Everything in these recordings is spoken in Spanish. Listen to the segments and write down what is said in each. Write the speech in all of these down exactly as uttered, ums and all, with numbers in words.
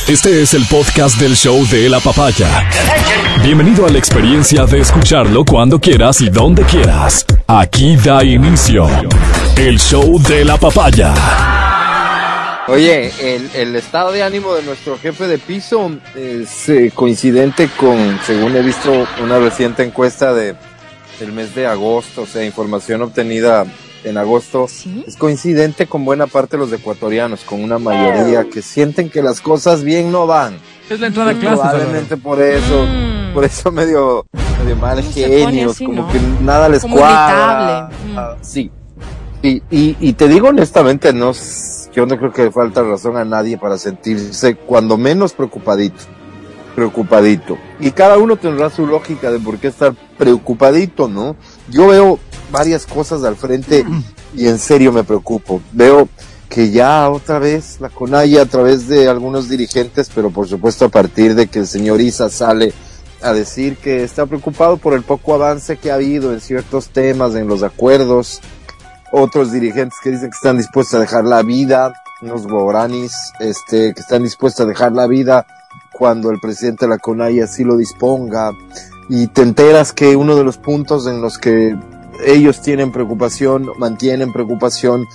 Este es el podcast del show de la papaya. Bienvenido a la experiencia de escucharlo cuando quieras y donde quieras. Aquí da inicio el show de la papaya. Oye, el, el estado de ánimo de nuestro jefe de piso es eh, coincidente con, según he visto, una reciente encuesta de del mes de agosto, o sea, información obtenida en agosto, ¿sí? Es coincidente con buena parte de los ecuatorianos, con una mayoría que sienten que las cosas bien no van. Es la entrada a clases. Probablemente por eso, mm. por eso medio, medio mal no genios, así, como ¿no? que nada les como cuadra. Mm. Ah, sí. Y, y, y te digo honestamente, no, yo no creo que le falta razón a nadie para sentirse cuando menos preocupadito. Preocupadito. Y cada uno tendrá su lógica de por qué estar preocupadito, ¿no? Yo veo varias cosas al frente y en serio me preocupo. Veo que ya otra vez la CONAIE a través de algunos dirigentes, pero por supuesto a partir de que el señor Issa sale a decir que está preocupado por el poco avance que ha habido en ciertos temas, en los acuerdos. Otros dirigentes que dicen que están dispuestos a dejar la vida, unos guaranis, este, que están dispuestos a dejar la vida cuando el presidente de la CONAIE así lo disponga, y te enteras que uno de los puntos en los que ellos tienen preocupación, mantienen preocupación,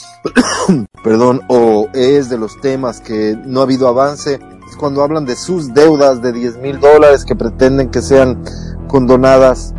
perdón, o es de los temas que no ha habido avance, es cuando hablan de sus deudas de diez mil dólares que pretenden que sean condonadas.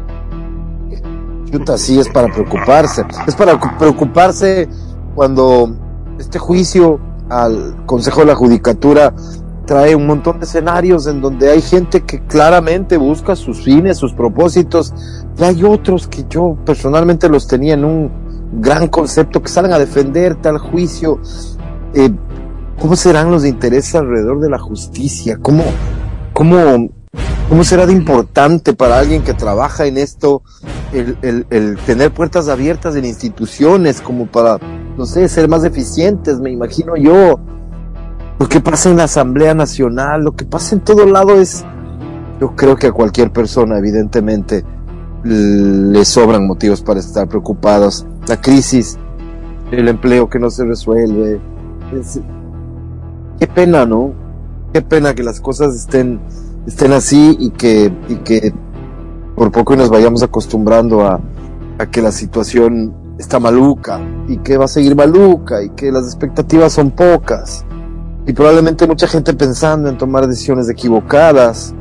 Chuta, sí es para preocuparse, es para preocuparse cuando este juicio al Consejo de la Judicatura trae un montón de escenarios en donde hay gente que claramente busca sus fines, sus propósitos, y hay otros que yo personalmente los tenía en un gran concepto, que salen a defender tal juicio. Eh, ¿Cómo serán los intereses alrededor de la justicia? ¿Cómo, cómo, cómo será de importante para alguien que trabaja en esto el, el, el tener puertas abiertas en instituciones como para, no sé, ser más eficientes, me imagino yo? Lo que pasa en la Asamblea Nacional, lo que pasa en todo lado es, yo creo que a cualquier persona evidentemente le sobran motivos para estar preocupados. La crisis, el empleo que no se resuelve, es, qué pena, ¿no? Qué pena que las cosas estén, estén así y que, y que por poco nos vayamos acostumbrando a, a que la situación está maluca y que va a seguir maluca y que las expectativas son pocas. Y probablemente mucha gente pensando en tomar decisiones equivocadas.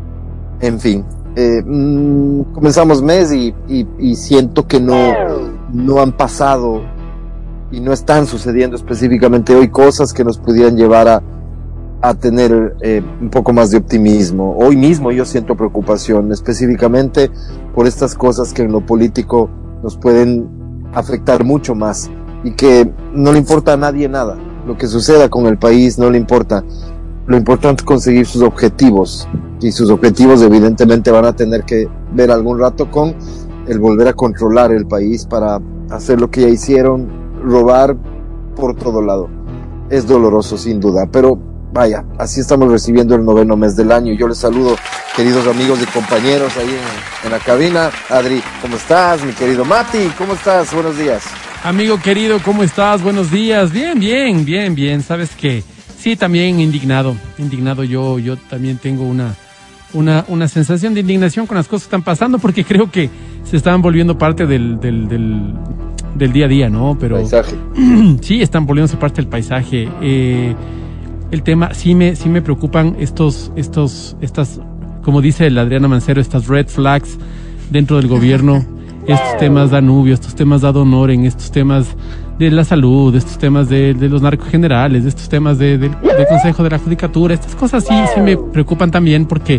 En fin, eh, mmm, comenzamos mes y, y, y siento que no, no han pasado y no están sucediendo específicamente hoy cosas que nos pudieran llevar a, a tener eh, un poco más de optimismo. Hoy mismo yo siento preocupación específicamente por estas cosas que en lo político nos pueden afectar mucho más y que no le importa a nadie nada. Lo que suceda con el país no le importa. Lo importante es conseguir sus objetivos, y sus objetivos evidentemente van a tener que ver algún rato con el volver a controlar el país para hacer lo que ya hicieron, robar por todo lado. Es doloroso sin duda, pero vaya, así estamos recibiendo el noveno mes del año. Yo les saludo, queridos amigos y compañeros ahí en, en la cabina. Adri, ¿cómo estás? Mi querido Mati, ¿cómo estás? Buenos días. Amigo querido, ¿cómo estás? Buenos días. Bien, bien, bien, bien. Sabes que sí, también indignado, indignado. Yo, yo también tengo una, una, una sensación de indignación con las cosas que están pasando, porque creo que se están volviendo parte del, del, del, del día a día, ¿no? Pero paisaje. Sí, están volviéndose parte del paisaje. Eh, el tema, sí me, sí me preocupan estos, estos, estas, como dice el Adriana Mancero, estas red flags dentro del gobierno. Estos temas de Danubio, estos temas de Adonoren, estos temas de la salud, estos temas de, de los narcogenerales, estos temas de, de, del Consejo de la Judicatura, estas cosas sí, sí me preocupan también, porque,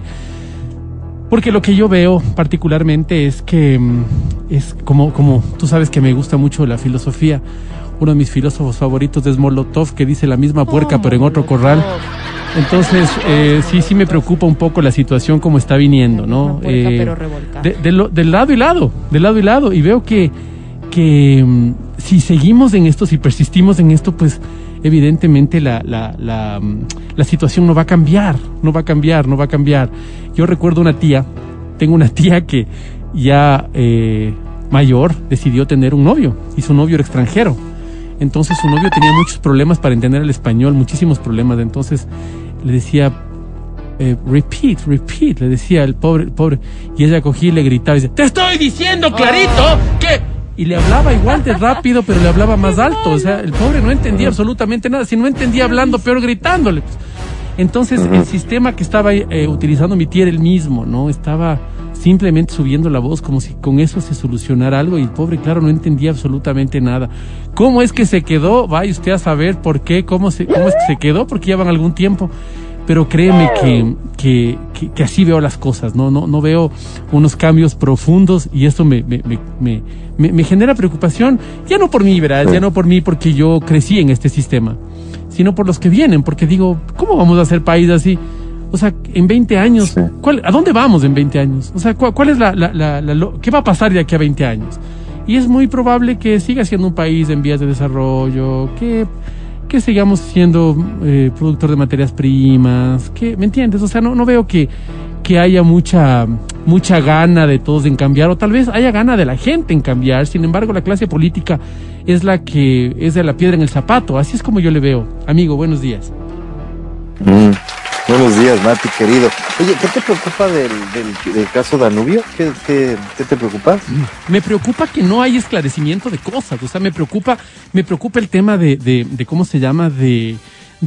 porque lo que yo veo particularmente es que es como, como tú sabes que me gusta mucho la filosofía. Uno de mis filósofos favoritos es Molotov, que dice la misma puerca, oh, pero en otro corral. Entonces, eh, sí, sí me preocupa un poco la situación como está viniendo, ¿no? Puerca, eh, pero revolcada. De, de lo, del lado y lado, del lado y lado. Y veo que, que um, si seguimos en esto, si persistimos en esto, pues evidentemente la, la, la, um, la situación no va a cambiar, no va a cambiar, no va a cambiar. Yo recuerdo una tía, tengo una tía que ya eh, mayor decidió tener un novio, y su novio era extranjero. Entonces su novio tenía muchos problemas para entender el español, muchísimos problemas. Entonces le decía, eh, repeat, repeat, le decía el pobre, el pobre, y ella cogía y le gritaba y decía, te estoy diciendo clarito que... Y le hablaba igual de rápido, pero le hablaba más alto. O sea, el pobre no entendía absolutamente nada. Si no entendía hablando, peor gritándole. Pues. Entonces, uh-huh. el sistema que estaba eh, utilizando mi tía era el mismo, ¿no? Estaba simplemente subiendo la voz como si con eso se solucionara algo. Y el pobre, claro, no entendía absolutamente nada. ¿Cómo es que se quedó? Vaya usted a saber por qué, cómo, se, cómo es que se quedó, porque llevan algún tiempo. Pero créeme que, que, que, que así veo las cosas, ¿no? No, no veo unos cambios profundos y esto me, me, me, me, me, me genera preocupación, ya no por mí, ¿verdad? Ya no por mí porque yo crecí en este sistema, sino por los que vienen, porque digo, ¿cómo vamos a hacer país así? O sea, en veinte años, ¿cuál, ¿a dónde vamos en veinte años? O sea, ¿cuál, cuál es la, la, la, la, la, qué va a pasar de aquí a veinte años? Y es muy probable que siga siendo un país en vías de desarrollo, que... que sigamos siendo eh, productor de materias primas, que, ¿me entiendes? O sea, no, no veo que, que haya mucha, mucha gana de todos en cambiar, o tal vez haya gana de la gente en cambiar. Sin embargo, la clase política es la que es de la piedra en el zapato. Así es como yo le veo. Amigo, buenos días. Mm, buenos días, Mati, querido. Oye, ¿qué te preocupa del, del, del caso Danubio? ¿Qué, qué, ¿Qué te preocupa? Me preocupa que no hay esclarecimiento de cosas. O sea, me preocupa, me preocupa el tema de, de, de ¿cómo se llama? De,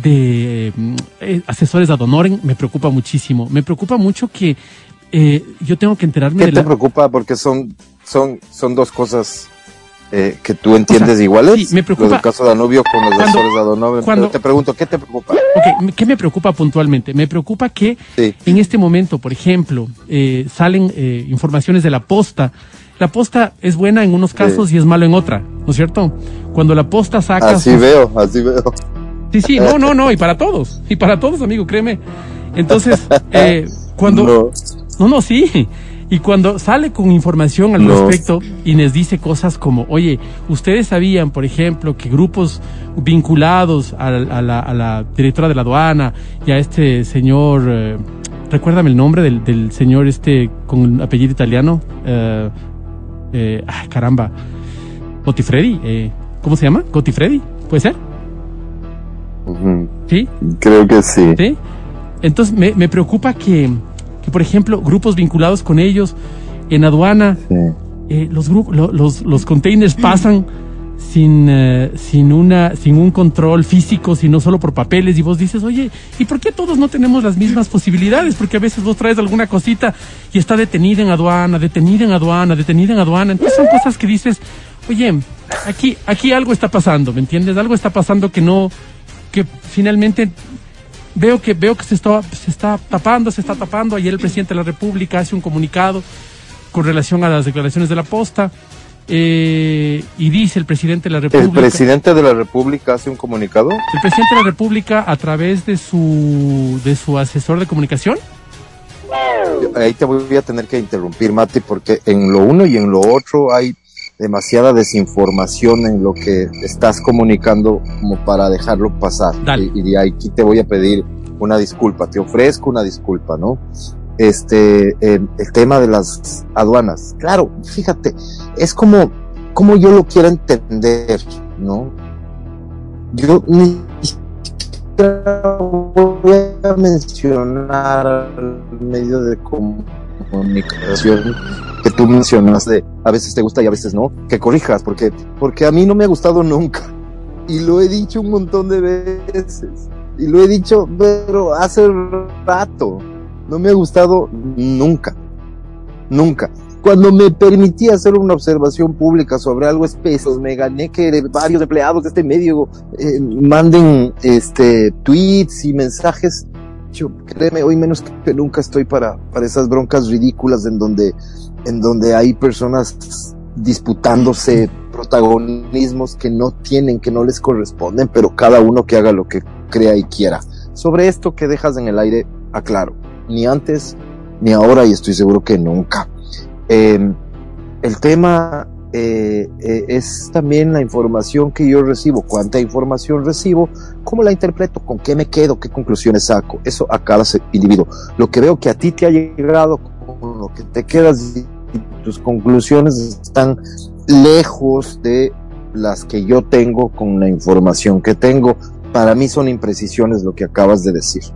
de eh, asesores ad honorem. Me preocupa muchísimo. Me preocupa mucho que eh, yo tengo que enterarme ¿Qué de te la... preocupa? Porque son, son, son dos cosas eh, que tú entiendes, o sea, iguales. Sí, me preocupa. Lo del caso Danubio con los cuando, asesores ad honorem. Cuando, Pero te pregunto, ¿qué te preocupa? Ok, ¿qué me preocupa puntualmente? Me preocupa que sí. en este momento, por ejemplo, eh, salen eh, informaciones de la posta. La posta es buena en unos casos sí. y es malo en otra, ¿no es cierto? Cuando la posta saca... Así sus... veo, así veo. Sí, sí, no, no, no, y para todos, y para todos, amigo, créeme. Entonces, eh, cuando... No. no, no, sí. Y cuando sale con información al no. respecto y les dice cosas como, oye, ustedes sabían, por ejemplo, que grupos vinculados a, a, la, a la directora de la aduana y a este señor, eh, recuérdame el nombre del, del señor este con apellido italiano, eh, eh, ah, caramba, Gotifredi, eh, ¿cómo se llama? Gotifredi, ¿puede ser? Uh-huh. ¿Sí? Creo que sí. ¿Sí? Entonces me, me preocupa que... que por ejemplo grupos vinculados con ellos en aduana sí. eh, los grupos lo, los los containers pasan sin uh, sin una sin un control físico, sino solo por papeles, y vos dices, oye, ¿y por qué todos no tenemos las mismas posibilidades? Porque a veces vos traes alguna cosita y está detenida en aduana, detenida en aduana, detenida en aduana. Entonces son cosas que dices, oye, aquí aquí algo está pasando, ¿me entiendes? Algo está pasando que no, que finalmente Veo que veo que se está se está tapando, se está tapando. Ayer el presidente de la República hace un comunicado con relación a las declaraciones de la posta eh, y dice el presidente de la República. ¿El presidente de la República hace un comunicado? El presidente de la República a través de su de su asesor de comunicación. Ahí te voy a tener que interrumpir, Mati, porque en lo uno y en lo otro hay demasiada desinformación en lo que estás comunicando como para dejarlo pasar. Dale. Y, y de aquí te voy a pedir una disculpa, te ofrezco una disculpa, ¿no? Este, eh, el tema de las aduanas, claro, fíjate, es como, como yo lo quiero entender, ¿no? Yo ni siquiera voy a mencionar al medio de comunicación que tú mencionaste, a veces te gusta y a veces no, que corrijas, porque, porque a mí no me ha gustado nunca, y lo he dicho un montón de veces, y lo he dicho, pero hace rato, no me ha gustado nunca, nunca. Cuando me permití hacer una observación pública sobre algo espeso, me gané que varios empleados de este medio eh, manden este tweets y mensajes. Yo, créeme, hoy menos que nunca estoy para, para esas broncas ridículas en donde, en donde hay personas disputándose protagonismos que no tienen, que no les corresponden, pero cada uno que haga lo que crea y quiera. Sobre esto que dejas en el aire, aclaro, ni antes ni ahora, y estoy seguro que nunca. Eh, el tema eh, eh, es también la información que yo recibo, cuánta información recibo, cómo la interpreto, con qué me quedo, qué conclusiones saco. Eso a cada individuo. Lo que veo que a ti te ha llegado, con lo que te quedas y tus conclusiones están lejos de las que yo tengo con la información que tengo. Para mí son imprecisiones lo que acabas de decir.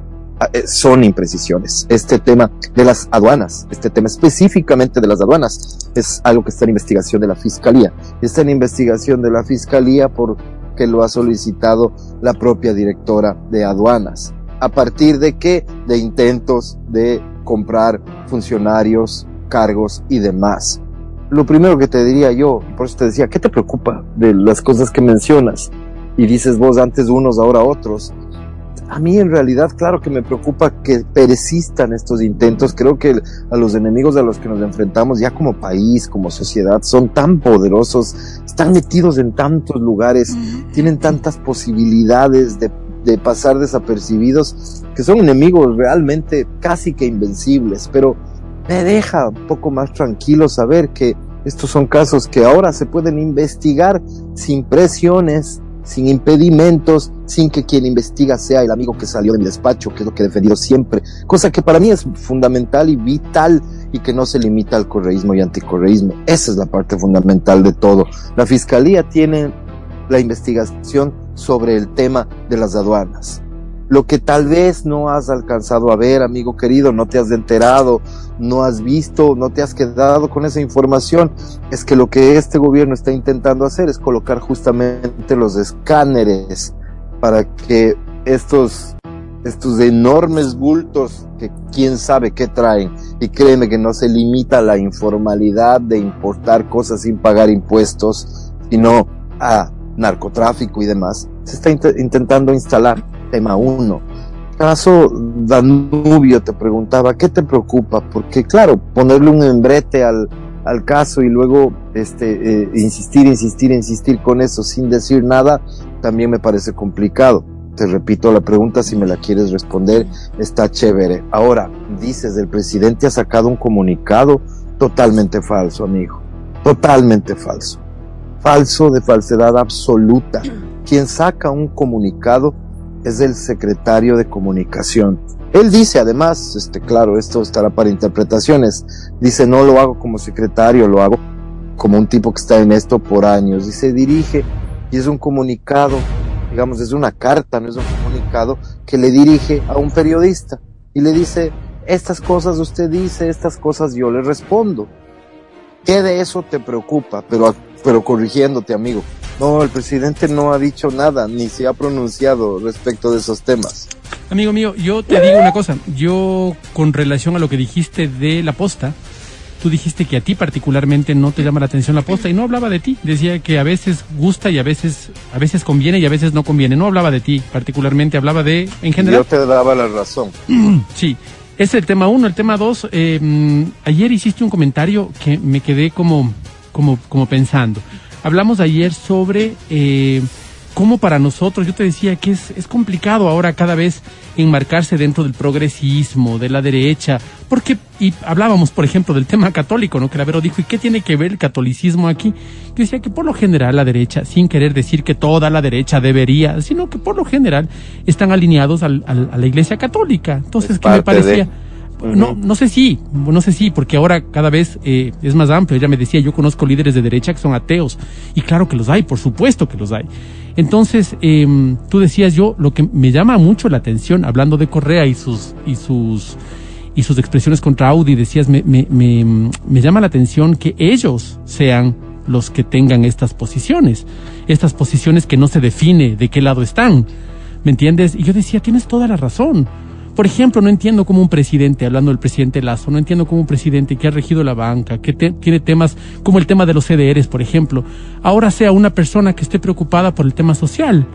son imprecisiones. Este tema de las aduanas, este tema específicamente de las aduanas, es algo que está en investigación de la Fiscalía. Está en investigación de la Fiscalía porque lo ha solicitado la propia directora de aduanas. ¿A partir de qué? De intentos de comprar funcionarios, cargos y demás. Lo primero que te diría yo, y por eso te decía, ¿qué te preocupa de las cosas que mencionas? Y dices vos antes unos, ahora otros. A mí en realidad, claro que me preocupa que persistan estos intentos. Creo que a los enemigos a los que nos enfrentamos ya como país, como sociedad, son tan poderosos, están metidos en tantos lugares, tienen tantas posibilidades de, de pasar desapercibidos, que son enemigos realmente casi que invencibles. Pero me deja un poco más tranquilo saber que estos son casos que ahora se pueden investigar sin presiones, sin impedimentos, sin que quien investiga sea el amigo que salió de mi despacho, que es lo que he defendido siempre, cosa que para mí es fundamental y vital y que no se limita al correísmo y anticorreísmo. Esa es la parte fundamental de todo. La Fiscalía tiene la investigación sobre el tema de las aduanas. Lo que tal vez no has alcanzado a ver, amigo querido, no te has enterado, no has visto, no te has quedado con esa información, es que lo que este gobierno está intentando hacer es colocar justamente los escáneres para que estos, estos enormes bultos que quién sabe qué traen, y créeme que no se limita a la informalidad de importar cosas sin pagar impuestos, sino a narcotráfico y demás, se está int- intentando instalar. Tema uno. Caso Danubio, te preguntaba, ¿qué te preocupa? Porque claro, ponerle un embrete al, al caso y luego este, eh, insistir, insistir, insistir con eso sin decir nada, también me parece complicado. Te repito la pregunta, si me la quieres responder, está chévere. Ahora, dices, el presidente ha sacado un comunicado totalmente falso, amigo. Totalmente falso. Falso, de falsedad absoluta. Quien saca un comunicado es el secretario de Comunicación. Él dice, además, este, claro, esto estará para interpretaciones, dice, no lo hago como secretario, lo hago como un tipo que está en esto por años. Dice, dirige, y es un comunicado, digamos, es una carta, no es un comunicado, que le dirige a un periodista, y le dice, estas cosas usted dice, estas cosas yo le respondo. ¿Qué de eso te preocupa? Pero, pero corrigiéndote, amigo, no, el presidente no ha dicho nada, ni se ha pronunciado respecto de esos temas. Amigo mío, yo te digo una cosa, yo con relación a lo que dijiste de la posta, tú dijiste que a ti particularmente no te llama la atención la posta, y no hablaba de ti, decía que a veces gusta y a veces, a veces conviene y a veces no conviene, no hablaba de ti particularmente, hablaba de, en general. Yo te daba la razón. Sí. Ese es el tema uno. El tema dos, eh, ayer hiciste un comentario que me quedé como, como, como pensando. Hablamos ayer sobre eh, cómo para nosotros, yo te decía que es, es complicado ahora cada vez enmarcarse dentro del progresismo, de la derecha, porque, y hablábamos, por ejemplo, del tema católico, ¿no? Que la Vero dijo, ¿y qué tiene que ver el catolicismo aquí? Yo decía que por lo general la derecha, sin querer decir que toda la derecha debería, sino que por lo general están alineados al, al, a la Iglesia Católica. Entonces, ¿qué me parecía? De... No, no sé si, no sé si, porque ahora cada vez eh, es más amplio. Ella me decía, yo conozco líderes de derecha que son ateos, y claro que los hay, por supuesto que los hay. Entonces, eh, tú decías, yo, lo que me llama mucho la atención, hablando de Correa y sus, y sus, y sus expresiones contra Audi, decías, me, me, me, me llama la atención que ellos sean los que tengan estas posiciones, estas posiciones que no se define de qué lado están, ¿me entiendes? Y yo decía, tienes toda la razón. Por ejemplo, no entiendo cómo un presidente, hablando del presidente Lazo, no entiendo cómo un presidente que ha regido la banca, que te, tiene temas como el tema de los C D Rs, por ejemplo, ahora sea una persona que esté preocupada por el tema social.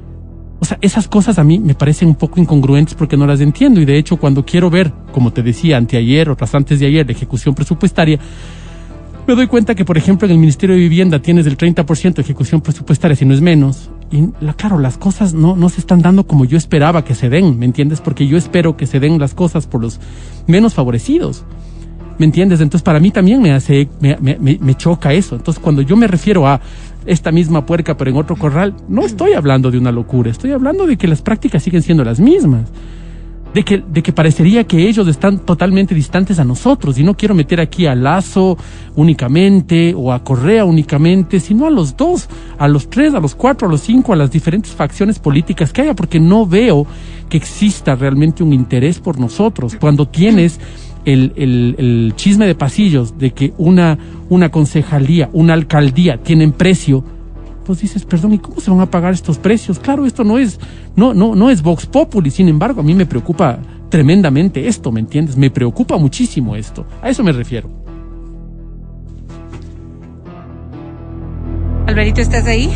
O sea, esas cosas a mí me parecen un poco incongruentes porque no las entiendo, y de hecho cuando quiero ver, como te decía, anteayer, otras antes de ayer, la ejecución presupuestaria, me doy cuenta que, por ejemplo, en el Ministerio de Vivienda tienes el treinta por ciento de ejecución presupuestaria, si no es menos. Y la, claro, las cosas no, no se están dando como yo esperaba que se den, ¿me entiendes? Porque yo espero que se den las cosas por los menos favorecidos, ¿me entiendes? Entonces para mí también me hace, me, me, me choca eso. Entonces cuando yo me refiero a esta misma puerca pero en otro corral, no estoy hablando de una locura, estoy hablando de que las prácticas siguen siendo las mismas. de que, de que parecería que ellos están totalmente distantes a nosotros, y no quiero meter aquí a Lazo únicamente o a Correa únicamente, sino a los dos, a los tres, a los cuatro, a los cinco, a las diferentes facciones políticas que haya, porque no veo que exista realmente un interés por nosotros. Cuando tienes el, el, el chisme de pasillos de que una, una concejalía, una alcaldía tienen precio, pues dices, perdón, ¿y cómo se van a pagar estos precios? Claro, esto no es, no, no, no es Vox Populi. Sin embargo, a mí me preocupa tremendamente esto, ¿me entiendes? Me preocupa muchísimo esto. A eso me refiero. Alvarito, ¿estás ahí?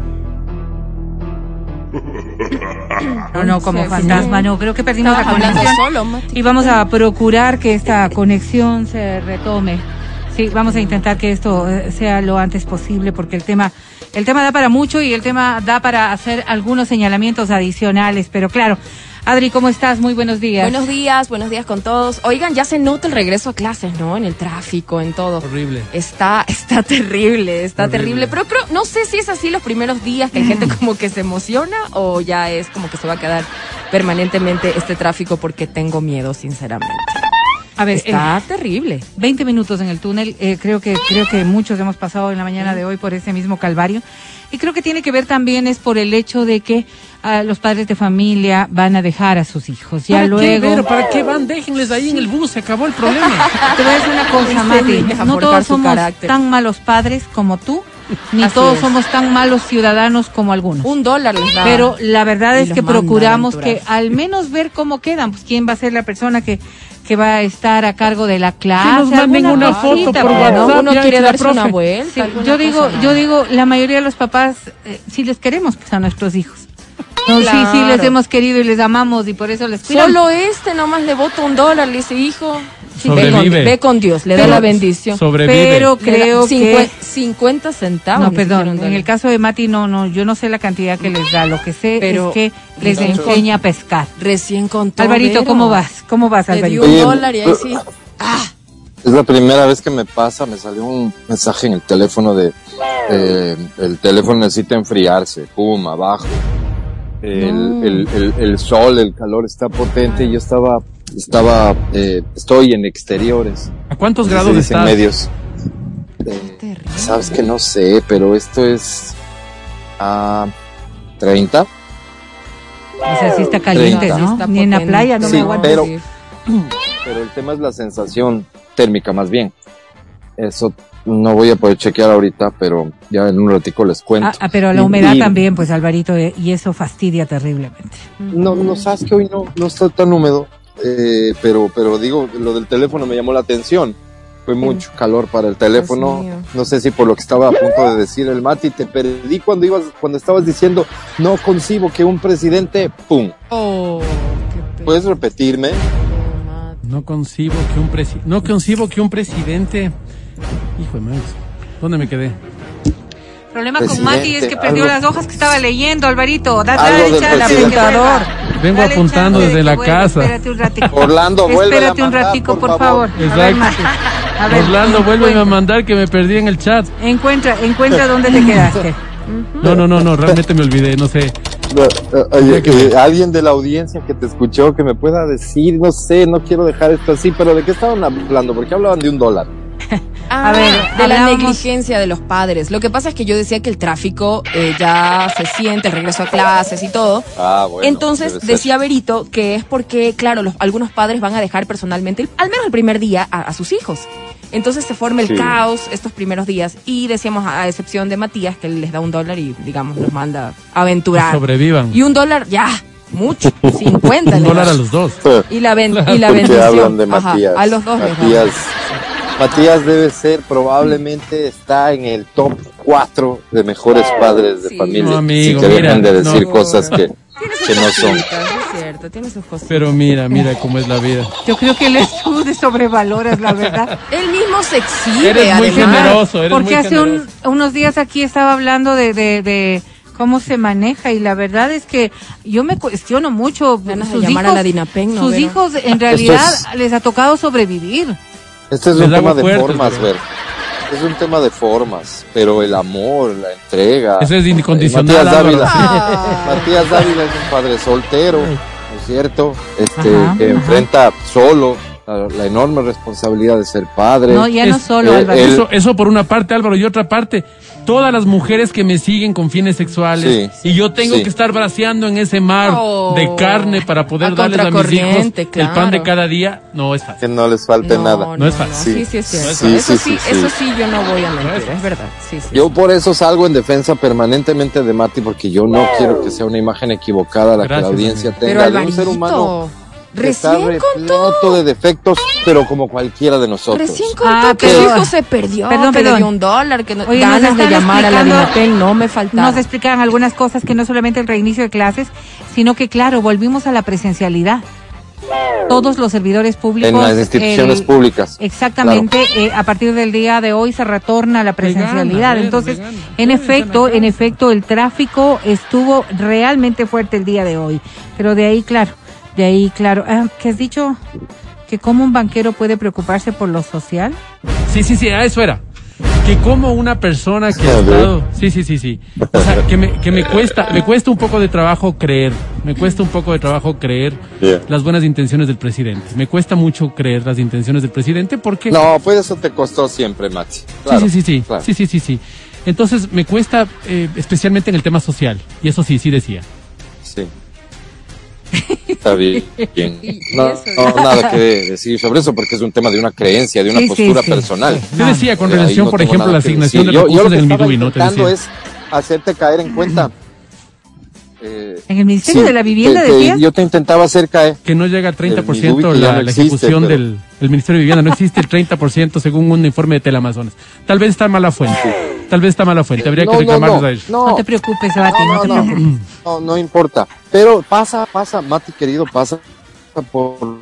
No, no, como Sí, fantasma, sí. no, creo que perdimos Estabas la hablando conexión. solo, Mati. Y vamos a procurar que esta conexión se retome. Sí, vamos a intentar que esto eh, sea lo antes posible, porque el tema, el tema da para mucho y el tema da para hacer algunos señalamientos adicionales, pero claro. Adri, ¿cómo estás? Muy buenos días. Buenos días, buenos días con todos. Oigan, ya se nota el regreso a clases, ¿no? En el tráfico, en todo. Horrible. Está, está terrible, está Horrible. terrible. Pero creo, no sé si es así los primeros días que la gente como que se emociona o ya es como que se va a quedar permanentemente este tráfico, porque tengo miedo, sinceramente. A ver, Está eh, terrible. veinte minutos en el túnel, eh, creo que creo que muchos hemos pasado en la mañana de hoy por ese mismo calvario, y creo que tiene que ver también es por el hecho de que uh, los padres de familia van a dejar a sus hijos, ya ¿Para luego... qué, Vero? ¿Para qué van? Déjenles ahí en el bus, se acabó el problema. Te voy a decir una cosa, Mati, Deja no forjar todos su somos carácter. tan malos padres como tú, ni Así todos es. somos tan malos ciudadanos como algunos. Un dólar les da. Pero la verdad y es los que manda a procuramos que aventurarse. al menos ver cómo quedan, pues quién va a ser la persona que, que va a estar a cargo de la clase. Que nos manden alguna una foto cosita, por pues, WhatsApp. ¿no? Uno ya quiere es la darse una profe. vuelta. Sí, alguna yo digo, cosa, yo ¿no? digo, la mayoría de los papás eh, sí les queremos pues, a nuestros hijos. No, Claro. Sí, sí les hemos querido y les amamos y por eso les cuidamos. Solo este nomás le bota un dólar, le dice, hijo. Sí, ve, con, Sobrevive. ve con Dios, le da Pero- la bendición. Sobrevive. Pero Le da creo cincue- que cincuenta centavos. no, ni siquiera perdón, un en dólar. el caso de Mati no, no, yo no sé la cantidad que les da, lo que sé Pero es que les nosotros- enseña a pescar. Recién contó. Alvarito, Vero. ¿cómo vas? ¿Cómo vas, Le dio Alvarito? un Oye, dólar y ahí sí. Ah, Es la primera vez que me pasa, me salió un mensaje en el teléfono de, eh, el teléfono necesita enfriarse, pum, abajo. El, No. el, el, el sol, el calor está potente y yo estaba, estaba, eh, estoy en exteriores. ¿A cuántos Así grados se dice en estás? medios. Eh, terrible. Sabes que no sé, pero esto es a treinta. O sea, sí está caliente, treinta. ¿no? Sí está Ni en la potente. playa no Sí, me aguanto. pero- Pero el tema es la sensación térmica más bien. Eso no voy a poder chequear ahorita, pero ya en un ratico les cuento. Ah, ah, pero la Y- humedad y- también, pues, Alvarito, eh, y eso fastidia terriblemente. No, no sabes que hoy no, no está tan húmedo, eh, pero, pero digo, lo del teléfono me llamó la atención. Fue mucho calor para el teléfono. mío. No sé si por lo que estaba a punto de decir el Mati, te perdí cuando ibas, cuando estabas diciendo, no concibo que un presidente, pum. Oh, qué pena. ¿Puedes repetirme? No concibo que un presi no concibo que un presidente. Hijo de madre, ¿dónde me quedé? El problema con Presidente, Mati es que perdió algo- las hojas que estaba leyendo, Alvarito. Da, Algo dale del chance de que presidente. vuelva. Vengo Dale apuntando chance de desde que la vuelva. casa. Espérate un ratico. Orlando, vuelve Espérate un ratico, por favor. A ver, Exacto. Mati. A ver, Orlando, vuélveme a encuentra- mandar que me perdí en el chat. Encuentra, encuentra dónde te quedaste. No, no, no, no, realmente me olvidé, no sé. No, eh, oye, eh, alguien de la audiencia que te escuchó que me pueda decir, no sé, no quiero dejar esto así, pero ¿de qué estaban hablando? Porque hablaban de un dólar. Ah, A ver, de la hablábamos- negligencia de los padres. Lo que pasa es que yo decía que el tráfico eh, ya se siente, el regreso a clases y todo. Ah, bueno. Entonces debe ser. decía Berito que es porque, claro, los, algunos padres van a dejar personalmente, al menos el primer día, a, a sus hijos. Entonces se forma el Sí. caos estos primeros días. Y decíamos, a, a excepción de Matías, que él les da un dólar y, digamos, los manda a aventurar. Sobrevivan. Y un dólar, ya, mucho, cincuenta. Un le dólar da. a los dos. Y la, ben- y la Porque bendición. hablan de Ajá, Matías. a los dos les da. Matías, Matías debe ser, probablemente está en el top cuatro de mejores padres de Sí. familia. No, amigo, que mira, dejan de decir no. cosas que, Tiene sus que no son. cositas, es cierto, tiene sus cosas. Pero mira, mira cómo es la vida. Yo creo que les tú de sobrevaloras, la verdad. Él mismo se exhibe, Eres muy además. generoso, eres Porque muy hace un- generoso. unos días aquí estaba hablando de, de, de cómo se maneja y la verdad es que yo me cuestiono mucho. Ganas de sus llamar a hijos, la Dinapen, ¿no, sus Vero? hijos en realidad es- les ha tocado sobrevivir. Este es Les un hago tema de fuertes, formas, bro. ver. Es un tema de formas, pero el amor, la entrega. Eso es Eh, incondicional, Matías Álvaro. Dávila, Ah. Matías Dávila es un padre soltero. O ¿cierto? Este, Ajá, que ajá. enfrenta solo la, la enorme responsabilidad de ser padre. No, ya no Es- solo, eh, Álvaro. el- Eso, eso por una parte, Álvaro, y otra parte, todas las mujeres que me siguen con fines sexuales Sí, y yo tengo sí. que estar braceando en ese mar Oh, de carne para poder a darles a mis hijos contracorriente, el pan de claro. cada día, no es fácil. Que no les falte nada. No es fácil. Sí, sí, es cierto. Sí, eso sí, sí, sí, eso sí. sí, yo no voy a mentir, es verdad. Sí, sí. Yo por eso salgo en defensa permanentemente de Mati, porque yo no quiero que sea una imagen equivocada la que Gracias, la audiencia amigo. Pero tenga de un ser humano Alvarito, que está recién contó. repleto de defectos, pero como cualquiera de nosotros. Recién contó Ah, que pero- su hijo se perdió, Perdón, que le perdón. dio un dólar, que no, Oye, nos ganas de están llamar a la explicando- Dinatel no me faltaba. Nos explican algunas cosas que no solamente el reinicio de clases, sino que, claro, volvimos a la presencialidad. Todos los servidores públicos. En las instituciones el- públicas. Exactamente, eh, a partir del día de hoy se retorna a la presencialidad. Vegana, Entonces, vegana. en Todos efecto, están en acá. efecto, el tráfico estuvo realmente fuerte el día de hoy. Pero de ahí, claro, de ahí, claro, ah, ¿qué has dicho? Que cómo un banquero puede preocuparse por lo social. Sí, sí, sí, a eso era. Que como una persona que ha A ver. estado, sí, sí, sí, sí, o sea, que me, que me cuesta, me cuesta un poco de trabajo creer, me cuesta un poco de trabajo creer Yeah. las buenas intenciones del presidente, me cuesta mucho creer las intenciones del presidente porque, No, pues eso te costó siempre, Mati. Claro, sí, sí, sí, sí, claro. sí, sí, sí, sí, entonces me cuesta, eh, especialmente en el tema social, y eso sí, sí decía. Sí. Está bien. Y- y No, eso, no, nada que decir sobre eso porque es un tema de una creencia, de una Sí, sí, postura sí. personal. Yo decía con Eh, ahí relación, no por tengo ejemplo, nada la que asignación decir. de Yo- yo recursos lo que en el estaba Midubi, ¿no? Te intentando decía. es hacerte caer en cuenta. eh, En el Ministerio sí, de la Vivienda, te- te- decías. yo te intentaba hacer caer. Que no llega al treinta por ciento El Midubi que ya la, no la existe, ejecución pero- del el Ministerio de Vivienda, no existe el treinta por ciento según un informe de Teleamazonas. Tal vez está mala fuente, tal vez está mala fuente, habría No, que no, reclamarles no, a ellos. no, No te preocupes, Bati, no, no, te no. preocupes. no, no importa. Pero pasa, pasa, Mati querido, pasa por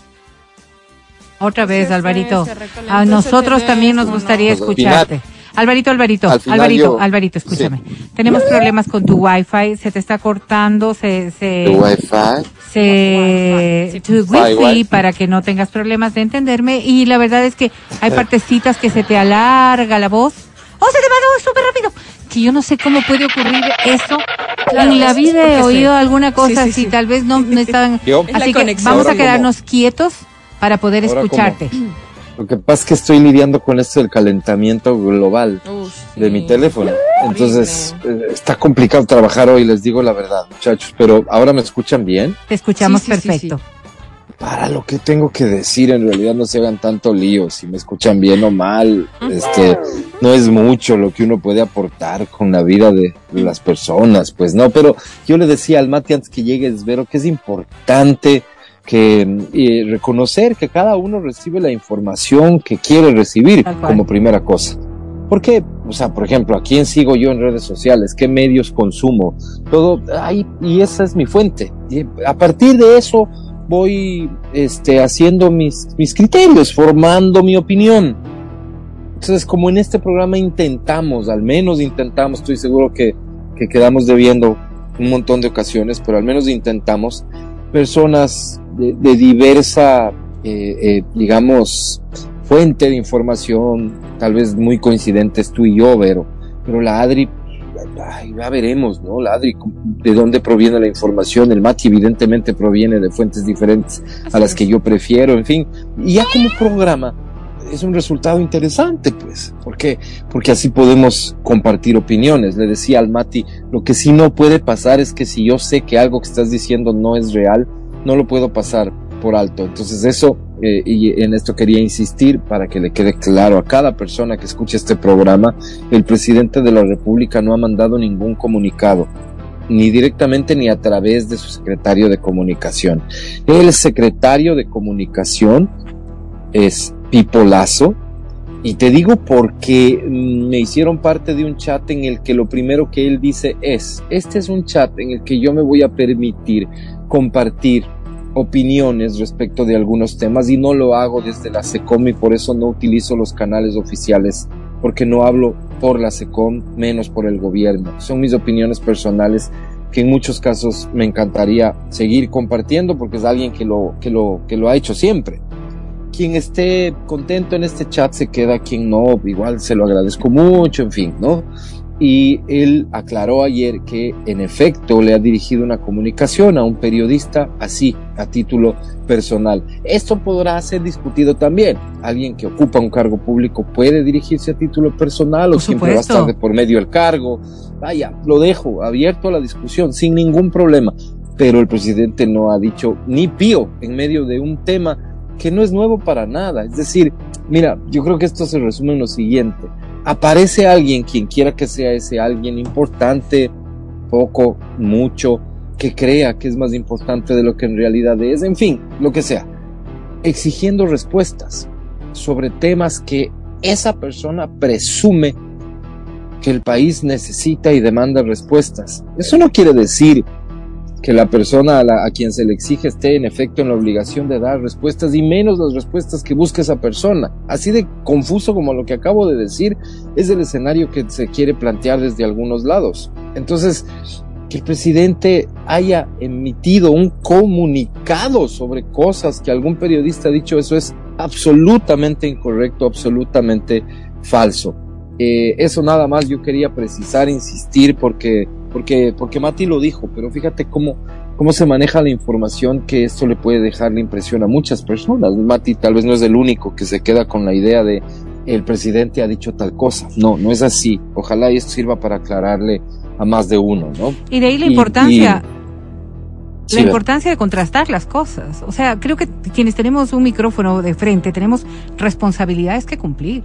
Otra vez, Se fue, Alvarito. se recalentó A ese nosotros también nos teléfono. gustaría Pues, al final- escucharte. Alvarito, Alvarito, al final Alvarito, yo- Alvarito, escúchame. Tenemos problemas con tu wifi, se te está cortando, se, se, el Wi-Fi. se, tu Wi-Fi. wifi para que no tengas problemas de entenderme. Y la verdad es que hay partecitas que se te alarga la voz. ¡Oh, se te va súper rápido! Que yo no sé cómo puede ocurrir eso. Claro, en la es vida he porque oído se- alguna cosa Sí, sí, así, sí. tal vez no, no estaban. Yo- Es la Así que conexión. vamos a Ahora, quedarnos quietos para poder Ahora, escucharte. Lo que pasa es que estoy lidiando con esto del calentamiento global Uf, de sí. mi teléfono. Entonces, eh, está complicado trabajar hoy, les digo la verdad, muchachos. Pero ahora me escuchan bien. Te escuchamos Sí, sí, sí, perfecto. Para lo que tengo que decir, en realidad no se hagan tanto lío. Si me escuchan bien o mal, este, no es mucho lo que uno puede aportar con la vida de, de las personas, pues no. Pero yo le decía al Mati antes que llegues, Vero, que es importante que eh, reconocer que cada uno recibe la información que quiere recibir Tal cual. como primera cosa. ¿Por qué? O sea, por ejemplo, ¿a quién sigo yo en redes sociales? ¿Qué medios consumo? Todo, ahí, y esa es mi fuente. Y a partir de eso voy este, haciendo mis, mis criterios, formando mi opinión. Entonces, como en este programa intentamos, al menos intentamos, estoy seguro que, que quedamos debiendo un montón de ocasiones, pero al menos intentamos, personas de, de diversa, eh, eh, digamos, fuente de información, tal vez muy coincidentes tú y yo, Vero, pero la Adri, ay, ya veremos, ¿no? La Adri, de dónde proviene la información, el Mati evidentemente proviene de fuentes diferentes a las que yo prefiero, en fin, y ya como programa es un resultado interesante, pues, ¿por qué? Porque así podemos compartir opiniones. Le decía al Mati, lo que sí no puede pasar es que si yo sé que algo que estás diciendo no es real, no lo puedo pasar por alto. Entonces eso, eh, y en esto quería insistir para que le quede claro a cada persona que escuche este programa, el presidente de la República no ha mandado ningún comunicado, ni directamente ni a través de su secretario de comunicación. El secretario de comunicación es Pipo Lazo, y te digo porque mm, me hicieron parte de un chat en el que lo primero que él dice es, este es un chat en el que yo me voy a permitir compartir opiniones respecto de algunos temas y no lo hago desde la SECOM y por eso no utilizo los canales oficiales, porque no hablo por la SECOM, menos por el gobierno. Son mis opiniones personales que en muchos casos me encantaría seguir compartiendo porque es alguien que lo, que lo, que lo ha hecho siempre. Quien esté contento en este chat se queda, quien no, igual se lo agradezco mucho, en fin, ¿no? y él aclaró ayer que en efecto le ha dirigido una comunicación a un periodista así, a título personal. Esto podrá ser discutido también. Alguien que ocupa un cargo público puede dirigirse a título personal o siempre va a estar de por medio el cargo. Vaya, lo dejo abierto a la discusión sin ningún problema, pero el presidente no ha dicho ni pío en medio de un tema que no es nuevo para nada. Es decir, mira, yo creo que esto se resume en lo siguiente. Aparece alguien, quien quiera que sea ese alguien, importante, poco, mucho, que crea que es más importante de lo que en realidad es, en fin, lo que sea, exigiendo respuestas sobre temas que esa persona presume que el país necesita y demanda respuestas. Eso no quiere decir que la persona a, la, a quien se le exige esté en efecto en la obligación de dar respuestas, y menos las respuestas que busca esa persona. Así de confuso como lo que acabo de decir es el escenario que se quiere plantear desde algunos lados. Entonces, que el presidente haya emitido un comunicado sobre cosas que algún periodista ha dicho, eso es absolutamente incorrecto, absolutamente falso. Eh, eso nada más yo quería precisar, insistir, porque Porque, porque Mati lo dijo, pero fíjate cómo, cómo se maneja la información, que esto le puede dejar la impresión a muchas personas. Mati tal vez no es el único que se queda con la idea de el presidente ha dicho tal cosa. No, no es así. Ojalá y esto sirva para aclararle a más de uno, ¿no? Y de ahí la y, importancia, y, la sí, importancia de contrastar las cosas. O sea, creo que quienes tenemos un micrófono de frente tenemos responsabilidades que cumplir.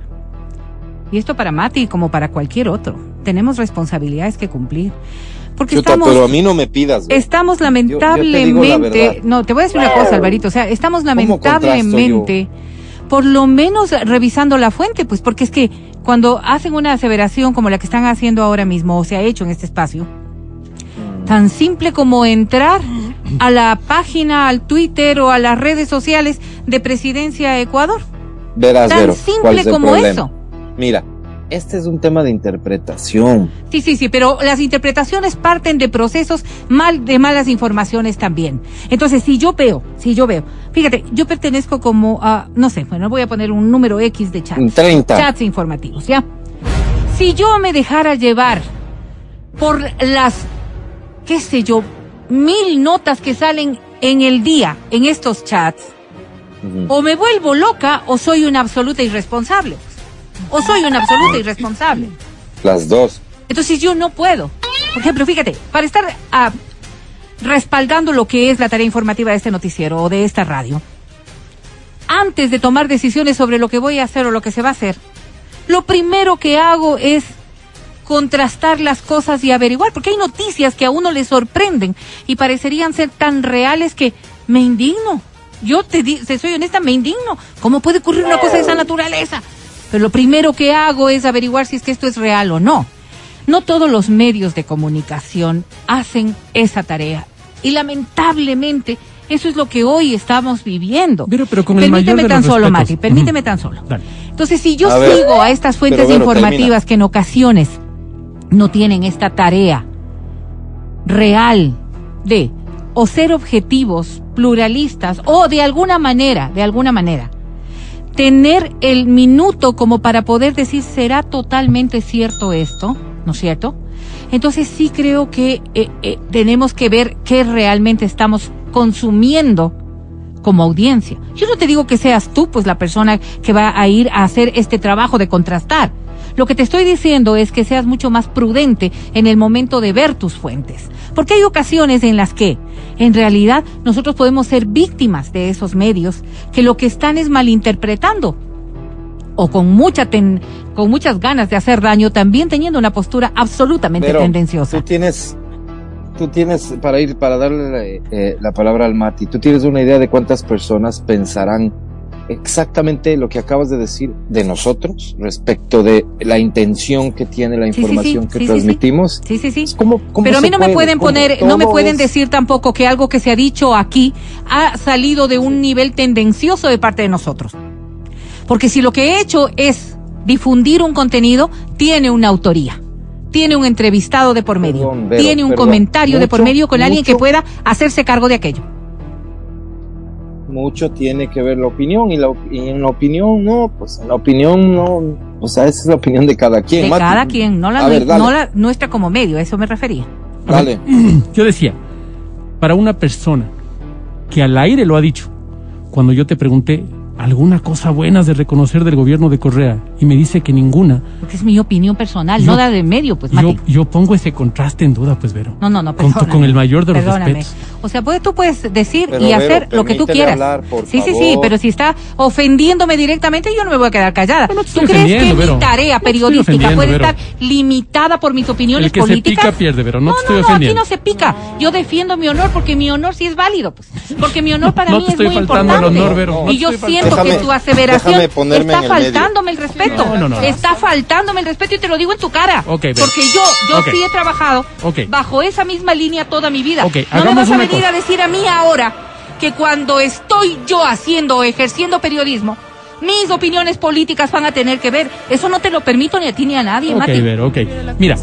Y esto para Mati como para cualquier otro. Tenemos responsabilidades que cumplir. Porque Chuta, estamos, pero a mí no me pidas. ¿Ve? Estamos lamentablemente, te no, te voy a decir una cosa, Alvarito, o sea, estamos lamentablemente, por lo menos revisando la fuente, pues, porque es que cuando hacen una aseveración como la que están haciendo ahora mismo, o se ha hecho en este espacio, tan simple como entrar a la página, al Twitter o a las redes sociales de Presidencia Ecuador. Verás, tan Vero, simple ¿cuál es el como problema? eso. Mira, este es un tema de interpretación. Sí, sí, sí, pero las interpretaciones parten de procesos mal, de malas informaciones también. Entonces, si yo veo, si yo veo, fíjate, yo pertenezco como a, no sé, bueno, voy a poner un número X de chats. treinta. Chats informativos, ¿ya? Si yo me dejara llevar por las, qué sé yo, mil notas que salen en el día en estos chats, uh-huh. o me vuelvo loca o soy una absoluta irresponsable. O soy una absoluta irresponsable. Las dos. Entonces yo no puedo. Por ejemplo, fíjate, para estar uh, respaldando lo que es la tarea informativa de este noticiero o de esta radio, antes de tomar decisiones sobre lo que voy a hacer o lo que se va a hacer, lo primero que hago es contrastar las cosas y averiguar, porque hay noticias que a uno le sorprenden y parecerían ser tan reales que me indigno. Yo te, di, te soy honesta, me indigno. ¿Cómo puede ocurrir una cosa de esa naturaleza? Pero lo primero que hago es averiguar si es que esto es real o no. No todos los medios de comunicación hacen esa tarea. Y lamentablemente, eso es lo que hoy estamos viviendo. Pero, pero con permíteme el mayor de tan los solo, respetos. Mati, permíteme Uh-huh. tan solo. Dale. Entonces, si yo a ver, sigo a estas fuentes pero, pero, informativas termina. que en ocasiones no tienen esta tarea real de o ser objetivos, pluralistas, o de alguna manera, de alguna manera, tener el minuto como para poder decir, ¿será totalmente cierto esto? ¿No es cierto? Entonces sí creo que eh, eh, tenemos que ver qué realmente estamos consumiendo como audiencia. Yo no te digo que seas tú, pues, la persona que va a ir a hacer este trabajo de contrastar. Lo que te estoy diciendo es que seas mucho más prudente en el momento de ver tus fuentes. Porque hay ocasiones en las que, en realidad, nosotros podemos ser víctimas de esos medios que lo que están es malinterpretando o con mucha ten, con muchas ganas de hacer daño, también teniendo una postura absolutamente Pero tendenciosa. Tú tienes, tú tienes, para ir, para darle eh, la palabra al Mati, tú tienes una idea de cuántas personas pensarán exactamente lo que acabas de decir de nosotros respecto de la intención que tiene la información sí, sí, sí, que sí, transmitimos. Sí, sí, sí. ¿Cómo, cómo Pero a mí no puede? me pueden ¿Cómo? poner, Todo no me pueden es... decir tampoco que algo que se ha dicho aquí ha salido de un nivel tendencioso de parte de nosotros. Porque si lo que he hecho es difundir un contenido, tiene una autoría, tiene un entrevistado de por medio, Perdón, Vero, tiene un perdón. comentario de por Mucho, medio con alguien que mucho. pueda hacerse cargo de aquello. Mucho tiene que ver la opinión, y, la, y en la opinión no, pues en la opinión no, O sea, esa es la opinión de cada quien. De Mati. cada quien, no la, A ver, no la nuestra como medio, a eso me refería. Dale. Yo decía, para una persona que al aire lo ha dicho, cuando yo te pregunté alguna cosa buena de reconocer del gobierno de Correa y me dice que ninguna. Porque es mi opinión personal, yo, no la de medio, pues, yo, Mati. yo pongo ese contraste en duda, pues, Vero. No, no, no, con, perdóname. con el mayor de los Perdóname. respetos. O sea, pues, tú puedes decir Pero, y Vero, hacer lo que tú permítele quieras. hablar, por sí, sí, favor. sí, pero si está ofendiéndome directamente, yo no me voy a quedar callada. No, no te ¿Tú estoy crees que ofendiendo, mi Vero. tarea No te estoy periodística ofendiendo, puede Vero. estar limitada por mis opiniones El que políticas? se pica pierde, Vero. No, No, te estoy no, no, aquí ofendiendo. no se pica. Yo defiendo mi honor porque mi honor sí es válido, pues. Porque mi honor para No mí te es estoy muy faltando al importante. honor, Vero. No y te yo estoy siento faltando. que tu aseveración Déjame ponerme está en el medio. faltándome el respeto. No, no, no. Está faltándome el respeto y te lo digo en tu cara. Ok, Vero. Porque yo, yo Ok. sí he trabajado Ok. bajo esa misma línea toda mi vida. Ok, no me hagamos vas a una venir cosa. a decir a mí ahora que cuando estoy yo haciendo o ejerciendo periodismo, mis opiniones políticas van a tener que ver. Eso no te lo permito ni a ti ni a nadie, Ok, Mati. Vero, ok. Mira,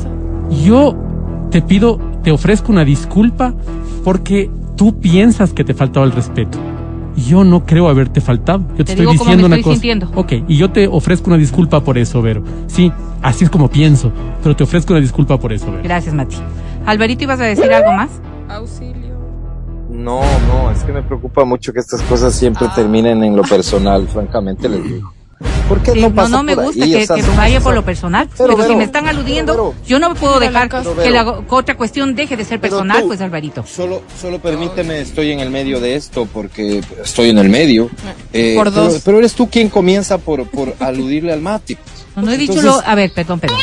yo te pido, te ofrezco una disculpa porque tú piensas que te faltaba el respeto. Yo no creo haberte faltado. Yo te, Te estoy digo cómo diciendo me una estoy cosa. sintiendo. Ok, y yo te ofrezco una disculpa por eso, Vero. Sí, así es como pienso, pero te ofrezco una disculpa por eso, Vero. Gracias, Mati. Alvarito, ¿ibas a decir algo más? Auxilio. No, no, es que me preocupa mucho que estas cosas siempre terminen en lo personal, francamente les digo. ¿Por qué Sí, no no, pasa no me por gusta ahí? que, O sea, que son vaya cosas- por lo personal, Pero, pero, si Vero, me están aludiendo, pero, yo no puedo Mira la dejar cosa. que la que otra cuestión deje de ser Pero personal, tú- pues, Alvarito. Solo, solo permíteme, estoy en el medio de esto porque estoy en el medio. Eh, Por dos. Pero, pero eres tú quien comienza por, por aludirle al Mati. No, no he dicho Entonces- lo... A ver, perdón, perdón.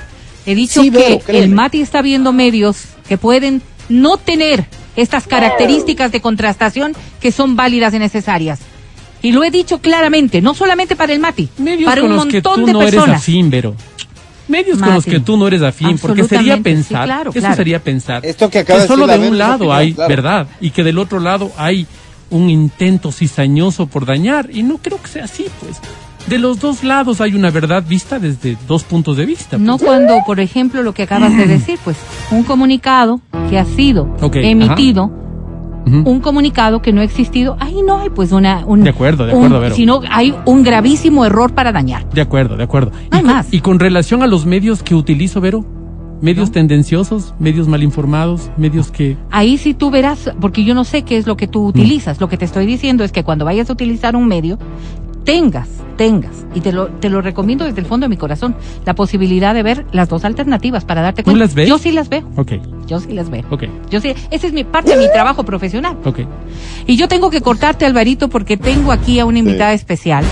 He dicho Sí, que Vero, créeme. el Mati está viendo medios que pueden no tener estas características de contrastación que son válidas y necesarias. Y lo he dicho claramente, no solamente para el Mati, Medios para con un los que montón tú de no eres personas. afín, Vero. Medios con los Mati, que tú no eres afín, porque sería absolutamente, sí, pensar, claro, eso claro. sería pensar, Esto que acaba que de solo decir de la un Vero es lado opinión, hay claro. verdad y que del otro lado hay un intento cizañoso por dañar, y no creo que sea así, pues. De los dos lados hay una verdad vista desde dos puntos de vista. No pues. cuando, por ejemplo, lo que acabas de decir, pues, un comunicado que ha sido Ok, emitido, Ujú. un comunicado que no ha existido, ahí no hay pues una... Un, De acuerdo, de un- acuerdo, Vero. sino hay un gravísimo error para dañar. De acuerdo, de acuerdo. No hay y, con, más. y con relación a los medios que utilizo, Vero, medios tendenciosos, medios mal informados, medios que... Ahí sí tú verás, porque yo no sé qué es lo que tú utilizas. Lo que te estoy diciendo es que cuando vayas a utilizar un medio, tengas, tengas, y te lo, te lo recomiendo desde el fondo de mi corazón, la posibilidad de ver las dos alternativas para darte ¿Tú cuenta. las ves? Yo sí las veo, Ok, yo sí las veo. ok, Yo sí, esa es mi parte de mi trabajo profesional. ok. Y yo tengo que cortarte, Alvarito, porque tengo aquí a una invitada especial.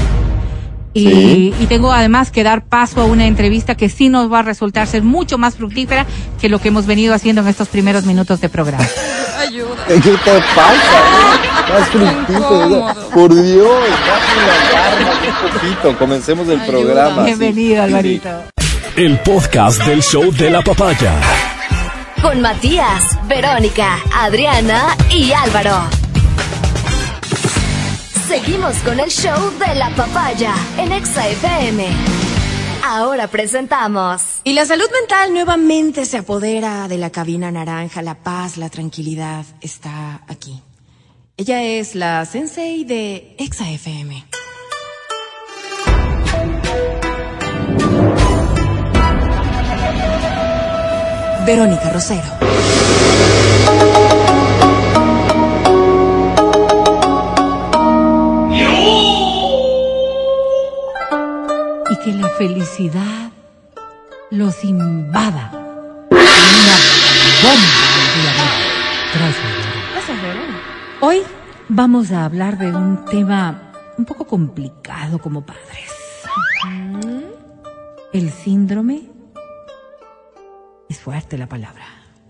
Y, Sí. y tengo además que dar paso a una entrevista que sí nos va a resultar ser mucho más fructífera que lo que hemos venido haciendo en estos primeros minutos de programa. Ayuda. ¿Qué te pasa? Estás fructífero. incómodo. Por Dios, bajen la alarma un poquito. Comencemos el Ayuda. programa. Bienvenido, Alvarito. El podcast del show de la papaya. Con Matías, Verónica, Adriana y Álvaro. Seguimos con el show de la papaya en Exa F M. Ahora presentamos. Y la salud mental nuevamente se apodera de la cabina naranja. La paz, la tranquilidad está aquí. Ella es la sensei de Exa F M. Verónica Rosero. Y que la felicidad los invada. Una bomba de amor. Gracias, Vero. Gracias, Vero. Hoy vamos a hablar de un tema un poco complicado como padres. El síndrome, es fuerte la palabra,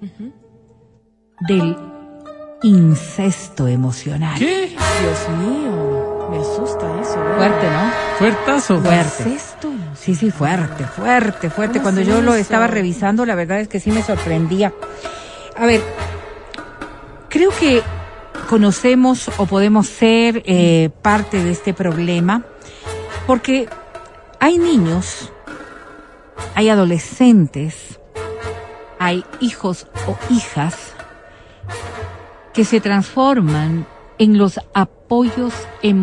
del incesto emocional. ¿Qué? Dios mío, me asusta eso. ¿verdad? Fuerte, ¿no? Fuertazo. Fuerte. Esto. Sí, sí, fuerte, fuerte, fuerte. ¿Cómo Cuando es yo lo eso? estaba revisando, la verdad es que sí me sorprendía. A ver, creo que conocemos o podemos ser eh, parte de este problema porque hay niños, hay adolescentes, hay hijos o hijas que se transforman en los apoyos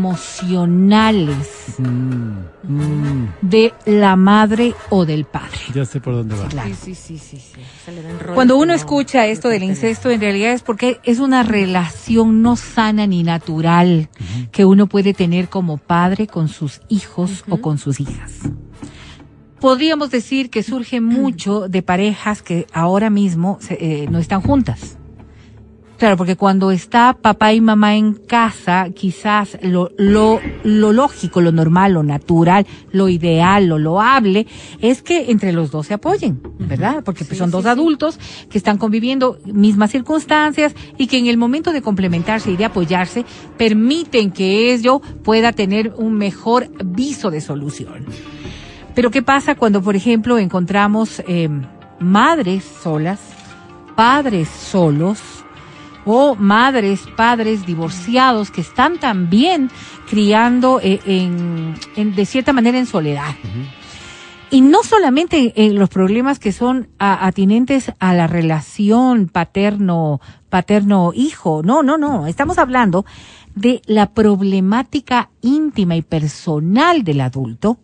emocionales Mm, mm, de la madre o del padre. ya sé por dónde va. Claro. Sí, sí, sí, sí, sí. Se le dan roles Cuando que uno no- escucha esto del incesto, en realidad es porque es una relación no sana ni natural que uno puede tener como padre con sus hijos o con sus hijas. Podríamos decir que surge mucho de parejas que ahora mismo se- eh, no están juntas. Claro, porque cuando está papá y mamá en casa, quizás lo, lo, lo lógico, lo normal, lo natural, lo ideal, lo loable, es que entre los dos se apoyen, ¿verdad? Porque pues, Sí, son sí, dos sí. adultos que están conviviendo mismas circunstancias y que en el momento de complementarse y de apoyarse, permiten que ello pueda tener un mejor viso de solución. Pero ¿qué pasa cuando, por ejemplo, encontramos eh, madres solas, padres solos, o madres, padres divorciados que están también criando eh, en, en, de cierta manera en soledad? Y no solamente en los problemas que son a, atinentes a la relación paterno, paterno-hijo, no, no, no, estamos hablando de la problemática íntima y personal del adulto.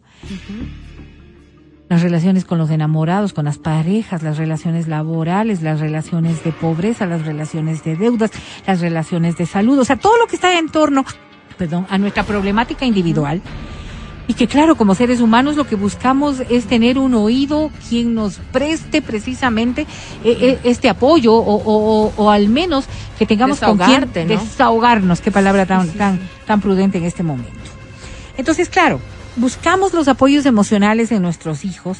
Las relaciones con los enamorados, con las parejas, las relaciones laborales, las relaciones de pobreza, las relaciones de deudas, las relaciones de salud, o sea, todo lo que está en torno, perdón, a nuestra problemática individual. Y que claro, como seres humanos lo que buscamos es tener un oído quien nos preste precisamente eh, eh, este apoyo o, o, o, o al menos que tengamos con quien Desahogarte, ¿no? desahogarnos, qué palabra tan, Sí, sí, tan, sí. tan prudente en este momento. Entonces, claro, buscamos los apoyos emocionales en nuestros hijos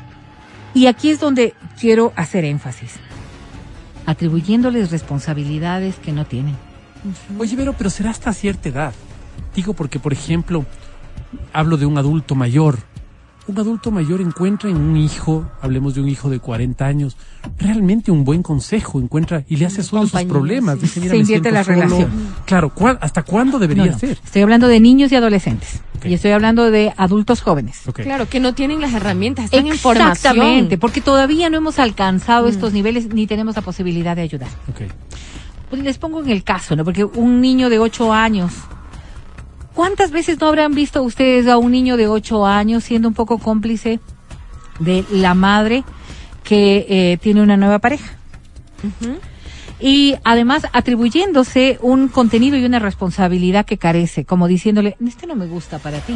y aquí es donde quiero hacer énfasis, atribuyéndoles responsabilidades que no tienen. Oye, Vero, pero será hasta cierta edad. Digo porque, por ejemplo, hablo de un adulto mayor. Un adulto mayor encuentra en un hijo, hablemos de un hijo de cuarenta años, realmente un buen consejo, encuentra y le hace solo sus Compañía, problemas. sí. Dice, mira, Se me invierte siento la solo. relación. Claro, ¿cuál- ¿hasta cuándo debería No, no. ser? Estoy hablando de niños y adolescentes Ok. y estoy hablando de adultos jóvenes. Ok. Claro, que no tienen las herramientas, están en formación. Exactamente, porque todavía no hemos alcanzado Mm. estos niveles ni tenemos la posibilidad de ayudar. Ok. Pues les pongo en el caso, ¿no? Porque un niño de ocho años, ¿cuántas veces no habrán visto ustedes a un niño de ocho años siendo un poco cómplice de la madre que eh, tiene una nueva pareja? Ujú. Y además atribuyéndose un contenido y una responsabilidad que carece, como diciéndole, este no me gusta para ti.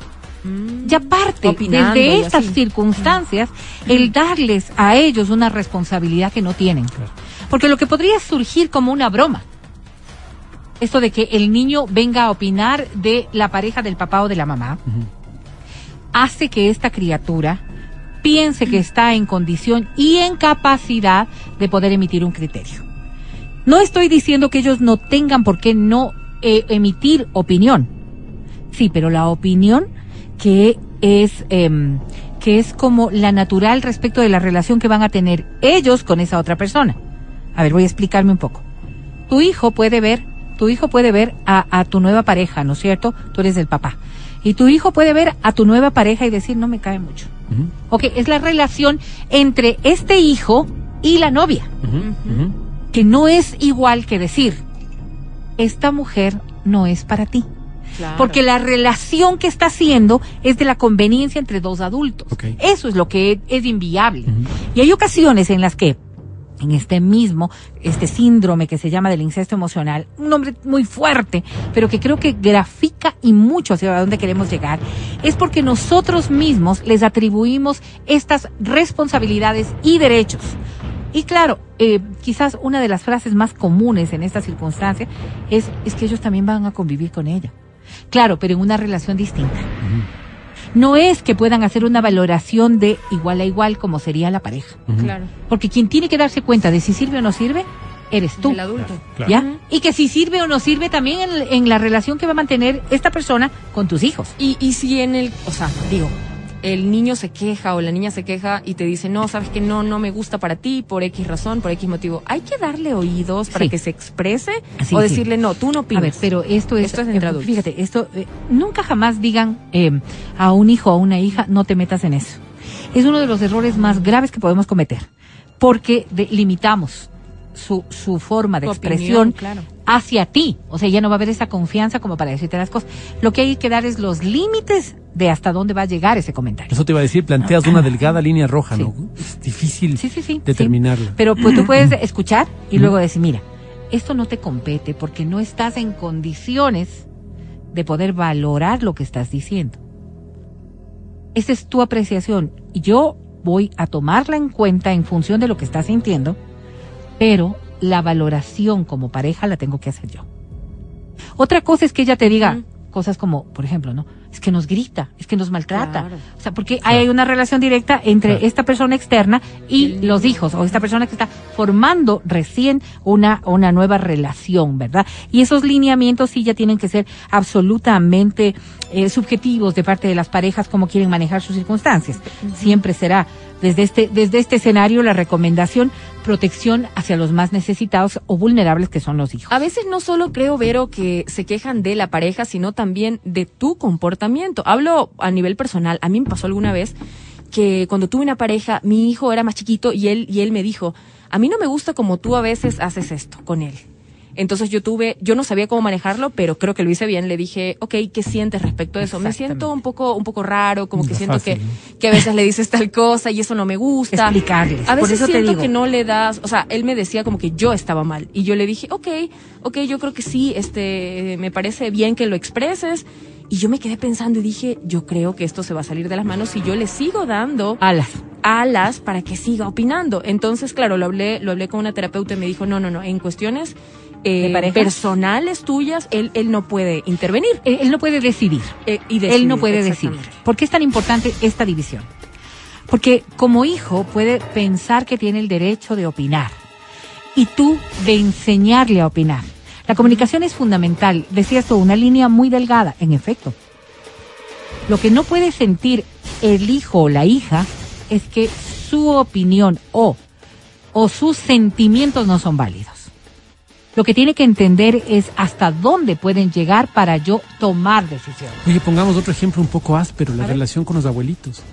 Mm. Ya parte Opinando desde y estas así. circunstancias el darles a ellos una responsabilidad que no tienen. Claro. Porque lo que podría surgir como una broma, esto de que el niño venga a opinar de la pareja del papá o de la mamá, Ujú. hace que esta criatura piense que está en condición y en capacidad de poder emitir un criterio. No estoy diciendo que ellos no tengan por qué no eh, emitir opinión. Sí, pero la opinión que es em, que es como la natural respecto de la relación que van a tener ellos con esa otra persona. A ver, voy a explicarme un poco. Tu hijo puede ver, tu hijo puede ver a, a tu nueva pareja, ¿no es cierto? Tú eres el papá. Y tu hijo puede ver a tu nueva pareja y decir, no me cae mucho. Ujú. Ok, es la relación entre este hijo y la novia, Ujú. Ujú. que no es igual que decir, esta mujer no es para ti. Claro. Porque la relación que está haciendo es de la conveniencia entre dos adultos. Ok. Eso es lo que es inviable. Ujú. Y hay ocasiones en las que, en este mismo, este síndrome que se llama del incesto emocional, un nombre muy fuerte, pero que creo que grafica y mucho hacia dónde queremos llegar, es porque nosotros mismos les atribuimos estas responsabilidades y derechos. Y claro, eh, quizás una de las frases más comunes en esta circunstancia es, es que ellos también van a convivir con ella. Claro, pero en una relación distinta. No es que puedan hacer una valoración de igual a igual como sería la pareja. Ujú. Claro. Porque quien tiene que darse cuenta de si sirve o no sirve, eres tú. El adulto. Claro. ¿Ya? Ujú. Y que si sirve o no sirve también en, en la relación que va a mantener esta persona con tus hijos. Y, y si en el, o sea, digo, el niño se queja o la niña se queja y te dice, no, sabes que no, no me gusta para ti por X razón, por X motivo, ¿hay que darle oídos para Sí. que se exprese? Sí, o sí. decirle, no, tú no A opinas? ver, pero esto es, Esto es entre eh, adultos. fíjate, esto, eh, nunca jamás digan eh, a un hijo o a una hija, no te metas en eso. Es uno de los errores más graves que podemos cometer, porque de- limitamos su, su forma de Tu expresión opinión, claro. hacia ti. O sea, ya no va a haber esa confianza como para decirte las cosas. Lo que hay que dar es los límites de hasta dónde va a llegar ese comentario. Eso te iba a decir, planteas una delgada línea roja, Sí. ¿no? Es difícil Sí, sí, sí, determinarla. sí. Pero pues tú puedes escuchar y luego decir, mira, esto no te compete porque no estás en condiciones de poder valorar lo que estás diciendo. Esa es tu apreciación. Yo voy a tomarla en cuenta en función de lo que estás sintiendo, pero la valoración como pareja la tengo que hacer yo. Otra cosa es que ella te diga mm. cosas como, por ejemplo, ¿no? Es que nos grita, es que nos maltrata. Claro. O sea, porque claro. hay una relación directa entre claro. esta persona externa y sí. los hijos, o esta persona que está formando recién una, una nueva relación, ¿verdad? Y esos lineamientos sí ya tienen que ser absolutamente eh, subjetivos de parte de las parejas, cómo quieren manejar sus circunstancias. Uh-huh. Siempre será desde este, desde este escenario la recomendación, protección hacia los más necesitados o vulnerables que son los hijos. A veces no solo creo, Vero, que se quejan de la pareja, sino también de tu comportamiento. Hablo a nivel personal. A mí me pasó alguna vez que cuando tuve una pareja, mi hijo era más chiquito y él, y él me dijo, a mí no me gusta como tú a veces haces esto con él. Entonces yo tuve, yo no sabía cómo manejarlo, pero creo que lo hice bien. Le dije, ok, ¿qué sientes respecto a eso? Me siento un poco, un poco raro, como que no siento fácil, que, ¿no? que a veces le dices tal cosa y eso no me gusta. Explicarles. A veces Por eso siento te digo. que no le das, o sea, él me decía como que yo estaba mal y yo le dije, ok, ok, yo creo que sí, este, me parece bien que lo expreses. Y yo me quedé pensando y dije, yo creo que esto se va a salir de las manos si yo le sigo dando alas, alas para que siga opinando. Entonces, claro, lo hablé, lo hablé con una terapeuta y me dijo, no, no, no, en cuestiones eh, personales tuyas, él, él no puede intervenir. Él, él no puede decidir. Eh, y decidir. Él no puede decidir. ¿Por qué es tan importante esta división? Porque como hijo puede pensar que tiene el derecho de opinar y tú de enseñarle a opinar. La comunicación es fundamental. Decías tú, una línea muy delgada. En efecto, lo que no puede sentir el hijo o la hija es que su opinión o, o sus sentimientos no son válidos. Lo que tiene que entender es hasta dónde pueden llegar para yo tomar decisiones. Oye, pongamos otro ejemplo un poco áspero, la relación con los abuelitos.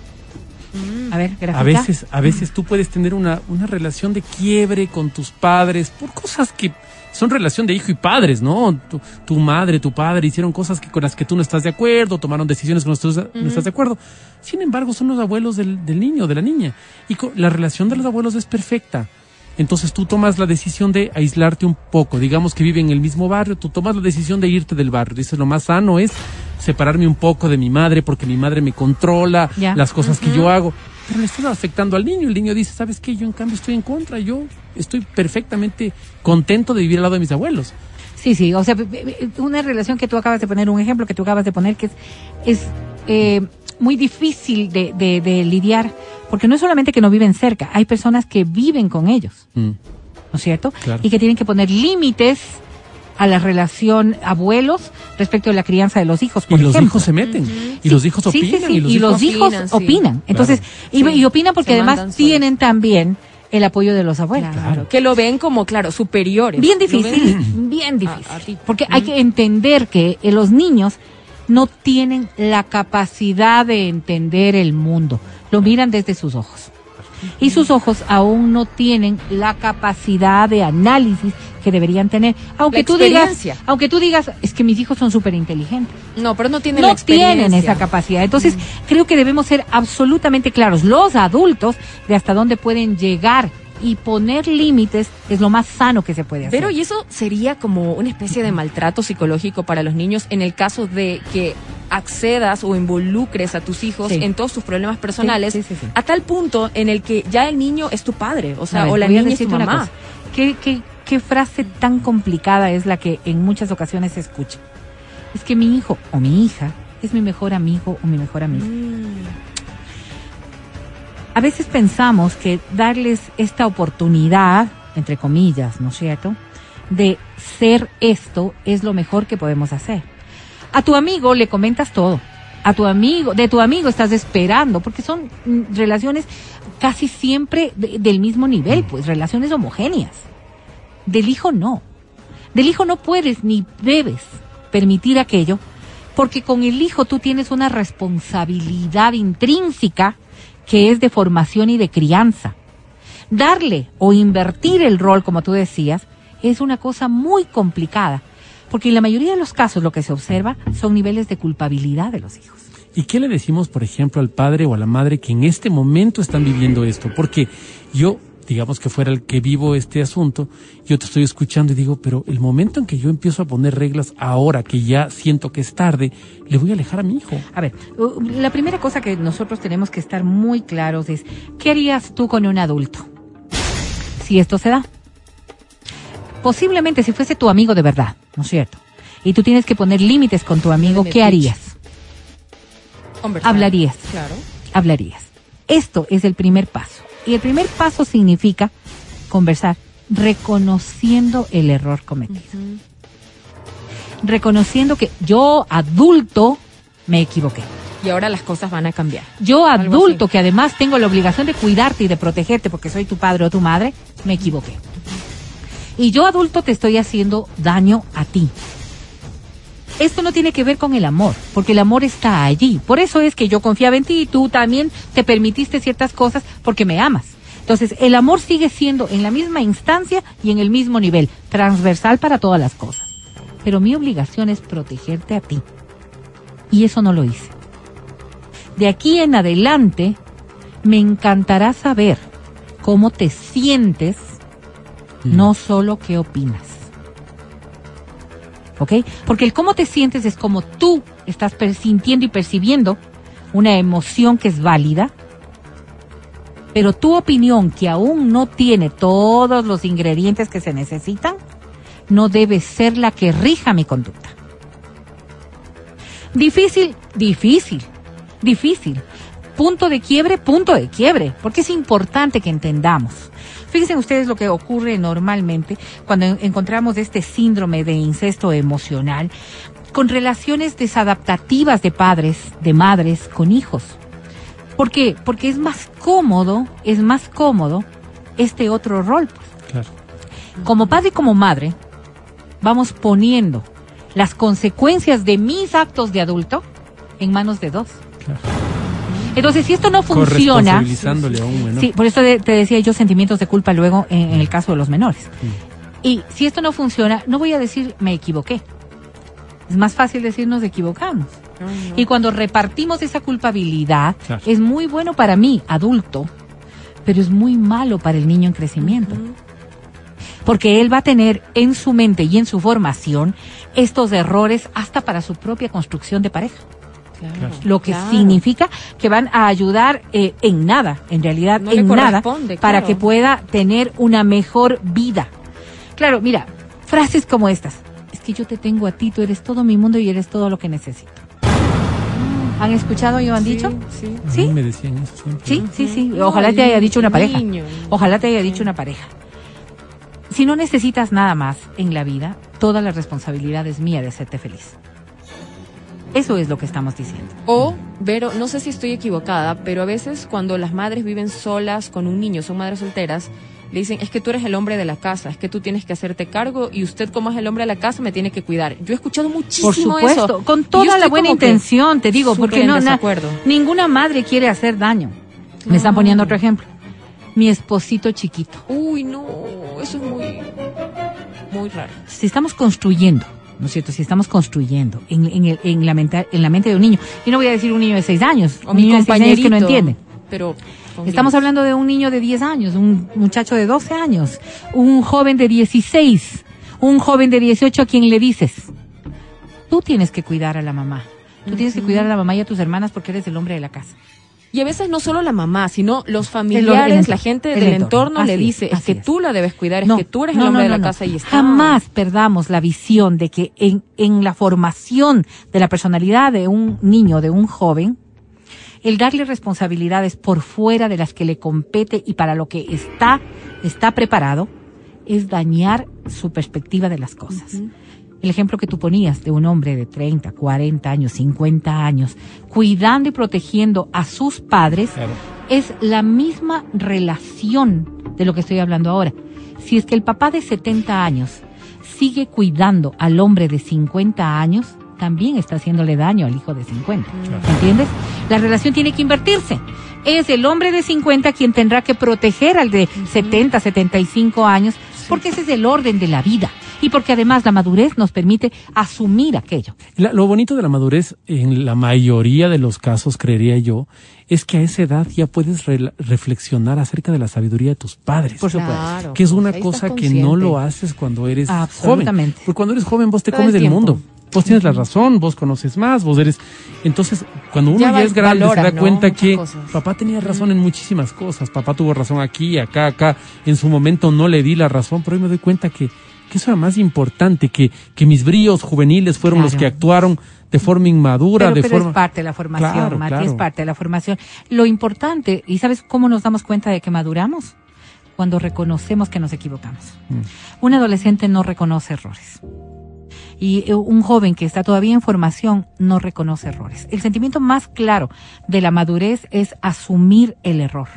A ver, a veces, a veces tú puedes tener una, una relación de quiebre con tus padres por cosas que son relación de hijo y padres, ¿no? Tu, tu madre, tu padre hicieron cosas que, con las que tú no estás de acuerdo, tomaron decisiones con las que tú uh-huh. no estás de acuerdo. Sin embargo, son los abuelos del, del niño, de la niña. Y con, la relación de los abuelos es perfecta. Entonces tú tomas la decisión de aislarte un poco. Digamos que viven en el mismo barrio, tú tomas la decisión de irte del barrio. Dices, lo más sano es separarme un poco de mi madre porque mi madre me controla, ya. las cosas uh-huh. que yo hago. Pero le estás afectando al niño. El niño dice, ¿sabes qué? Yo en cambio estoy en contra. Yo estoy perfectamente contento de vivir al lado de mis abuelos. Sí, sí. O sea, una relación que tú acabas de poner, un ejemplo que tú acabas de poner, que es, es eh, muy difícil de, de, de lidiar, porque no es solamente que no viven cerca, hay personas que viven con ellos, mm. ¿no es cierto? Claro. Y que tienen que poner límites a la relación abuelos respecto de la crianza de los hijos, por y los ejemplo. hijos se meten, uh-huh. y sí, los hijos sí, opinan, sí, sí. y los y hijos, los hijos opinan. opinan. Sí. Entonces, claro. y, y opinan porque se además tienen solos. También el apoyo de los abuelos. Claro. Claro. Que lo ven como, claro, superiores. Bien difícil, bien difícil. A, a ti. Porque mm. hay que entender que eh, los niños no tienen la capacidad de entender el mundo. Lo miran desde sus ojos. Y sus ojos aún no tienen la capacidad de análisis que deberían tener. Aunque tú digas, aunque tú digas, es que mis hijos son súper inteligentes. No, pero no tienen no la experiencia. tienen esa capacidad. Entonces, mm. creo que debemos ser absolutamente claros, los adultos, de hasta dónde pueden llegar. Y poner límites es lo más sano que se puede hacer. Pero, ¿y eso sería como una especie de maltrato psicológico para los niños en el caso de que accedas o involucres a tus hijos sí. en todos sus problemas personales sí, sí, sí, sí. a tal punto en el que ya el niño es tu padre, o sea, ver, o la niña es tu mamá? ¿Qué, qué, qué frase tan complicada es la que en muchas ocasiones se escucha? Es que mi hijo o mi hija es mi mejor amigo o mi mejor amiga. Mm. A veces pensamos que darles esta oportunidad, entre comillas, ¿no es cierto?, de ser esto es lo mejor que podemos hacer. A tu amigo le comentas todo. A tu amigo, de tu amigo estás esperando, porque son mm, relaciones casi siempre de, del mismo nivel, pues relaciones homogéneas. Del hijo no. Del hijo no puedes ni debes permitir aquello, porque con el hijo tú tienes una responsabilidad intrínseca que es de formación y de crianza. Darle o invertir el rol, como tú decías, es una cosa muy complicada, porque en la mayoría de los casos lo que se observa son niveles de culpabilidad de los hijos. ¿Y qué le decimos, por ejemplo, al padre o a la madre que en este momento están viviendo esto? Porque yo, digamos que fuera el que vivo este asunto, yo te estoy escuchando y digo, pero el momento en que yo empiezo a poner reglas ahora que ya siento que es tarde, le voy a alejar a mi hijo. A ver, la primera cosa que nosotros tenemos que estar muy claros es, ¿qué harías tú con un adulto si esto se da? Posiblemente si fuese tu amigo de verdad, ¿no es cierto? Y tú tienes que poner límites con tu amigo, ¿qué harías? Conversar. Hablarías. Claro. Hablarías. Esto es el primer paso. Y el primer paso significa conversar, reconociendo el error cometido. Uh-huh. Reconociendo que yo, adulto, me equivoqué. Y ahora las cosas van a cambiar. Yo, adulto, que además tengo la obligación de cuidarte y de protegerte porque soy tu padre o tu madre, me equivoqué. Uh-huh. Y yo, adulto, te estoy haciendo daño a ti. Esto no tiene que ver con el amor, porque el amor está allí. Por eso es que yo confiaba en ti y tú también te permitiste ciertas cosas porque me amas. Entonces, el amor sigue siendo en la misma instancia y en el mismo nivel, transversal para todas las cosas. Pero mi obligación es protegerte a ti. Y eso no lo hice. De aquí en adelante, me encantará saber cómo te sientes, mm. no solo qué opinas. ¿Ok? Porque el cómo te sientes es como tú estás sintiendo y percibiendo una emoción que es válida, pero tu opinión, que aún no tiene todos los ingredientes que se necesitan, no debe ser la que rija mi conducta. Difícil, difícil, difícil. Punto de quiebre, punto de quiebre, porque es importante que entendamos. Fíjense ustedes lo que ocurre normalmente cuando encontramos este síndrome de incesto emocional con relaciones desadaptativas de padres, de madres con hijos. ¿Por qué? Porque es más cómodo, es más cómodo este otro rol. Claro. Como padre y como madre, vamos poniendo las consecuencias de mis actos de adulto en manos de dos. Claro. Entonces, si esto no funciona, corresponsabilizándole a un menor. Sí, por eso de, te decía yo sentimientos de culpa luego en, en el caso de los menores. Mm. Y si esto no funciona, no voy a decir me equivoqué. Es más fácil decir nos equivocamos. Oh, no. Y cuando repartimos esa culpabilidad, claro, es muy bueno para mí, adulto, pero es muy malo para el niño en crecimiento. Uh-huh. Porque él va a tener en su mente y en su formación estos errores hasta para su propia construcción de pareja. Claro, lo que claro. significa que van a ayudar eh, en nada, en realidad no en nada, para claro. que pueda tener una mejor vida. Claro, mira, frases como estas. Es que yo te tengo a ti, tú eres todo mi mundo y eres todo lo que necesito. ¿Han escuchado y han sí, dicho? Sí, sí. A mí me decían eso siempre. Sí, sí, sí. Ojalá te haya dicho una pareja. Ojalá te haya dicho una pareja. Si no necesitas nada más en la vida, toda la responsabilidad es mía de hacerte feliz. Eso es lo que estamos diciendo. O, Vero, no sé si estoy equivocada, pero a veces cuando las madres viven solas con un niño, son madres solteras, le dicen, es que tú eres el hombre de la casa, es que tú tienes que hacerte cargo y usted como es el hombre de la casa me tiene que cuidar. Yo he escuchado muchísimo eso. Por supuesto, eso. con toda la buena intención, te digo, porque no, na, ninguna madre quiere hacer daño. No. Me están poniendo otro ejemplo. Mi esposito chiquito. Uy, no, eso es muy, muy raro. Si estamos construyendo, ¿no es cierto? Si estamos construyendo en, en, el, en, la mente, en la mente de un niño, y no voy a decir un niño de seis años, o un niño de seis años que no entiende. Pero estamos hablando de un niño de diez años, un muchacho de doce años, un joven de dieciséis, un joven de dieciocho a quien le dices, tú tienes que cuidar a la mamá, tú uh-huh. tienes que cuidar a la mamá y a tus hermanas porque eres el hombre de la casa. Y a veces no solo la mamá, sino los familiares, el, el, la gente del entorno, entorno le dice, es que es. tú la debes cuidar, no, es que tú eres no, el hombre no, no, de la no. casa y está. Jamás perdamos la visión de que en, en la formación de la personalidad de un niño, de un joven, el darle responsabilidades por fuera de las que le compete y para lo que está, está preparado, es dañar su perspectiva de las cosas. Uh-huh. El ejemplo que tú ponías de un hombre de treinta, cuarenta años, cincuenta años, cuidando y protegiendo a sus padres, claro. es la misma relación de lo que estoy hablando ahora. Si es que el papá de setenta años sigue cuidando al hombre de cincuenta años, también está haciéndole daño al hijo de cincuenta. Claro. ¿Entiendes? La relación tiene que invertirse. Es el hombre de cincuenta quien tendrá que proteger al de uh-huh. setenta, setenta y cinco años porque ese es el orden de la vida y porque además la madurez nos permite asumir aquello. La, lo bonito de la madurez, en la mayoría de los casos, creería yo, es que a esa edad ya puedes re- reflexionar acerca de la sabiduría de tus padres. Por supuesto. Claro, que es una ahí cosa estás que no consciente. lo haces cuando eres Absolutamente. joven. Porque cuando eres joven vos te Todo comes el del tiempo. mundo. Vos tienes la razón, vos conoces más, vos eres... Entonces, cuando uno Ya ya, va- es grande, valora, se da ¿no? cuenta Muchas que cosas. papá tenía razón en muchísimas cosas. Papá tuvo razón aquí, acá, acá. En su momento no le di la razón, pero hoy me doy cuenta que, que eso era más importante, que, que mis bríos juveniles fueron Claro. los que actuaron de forma inmadura, Pero, de pero forma... es parte de la formación, Claro, Mati, claro. es parte de la formación. Lo importante, ¿y sabes cómo nos damos cuenta de que maduramos? Cuando reconocemos que nos equivocamos. Mm. Un adolescente no reconoce errores. Y eh, un joven que está todavía en formación no reconoce errores. El sentimiento más claro de la madurez es asumir el error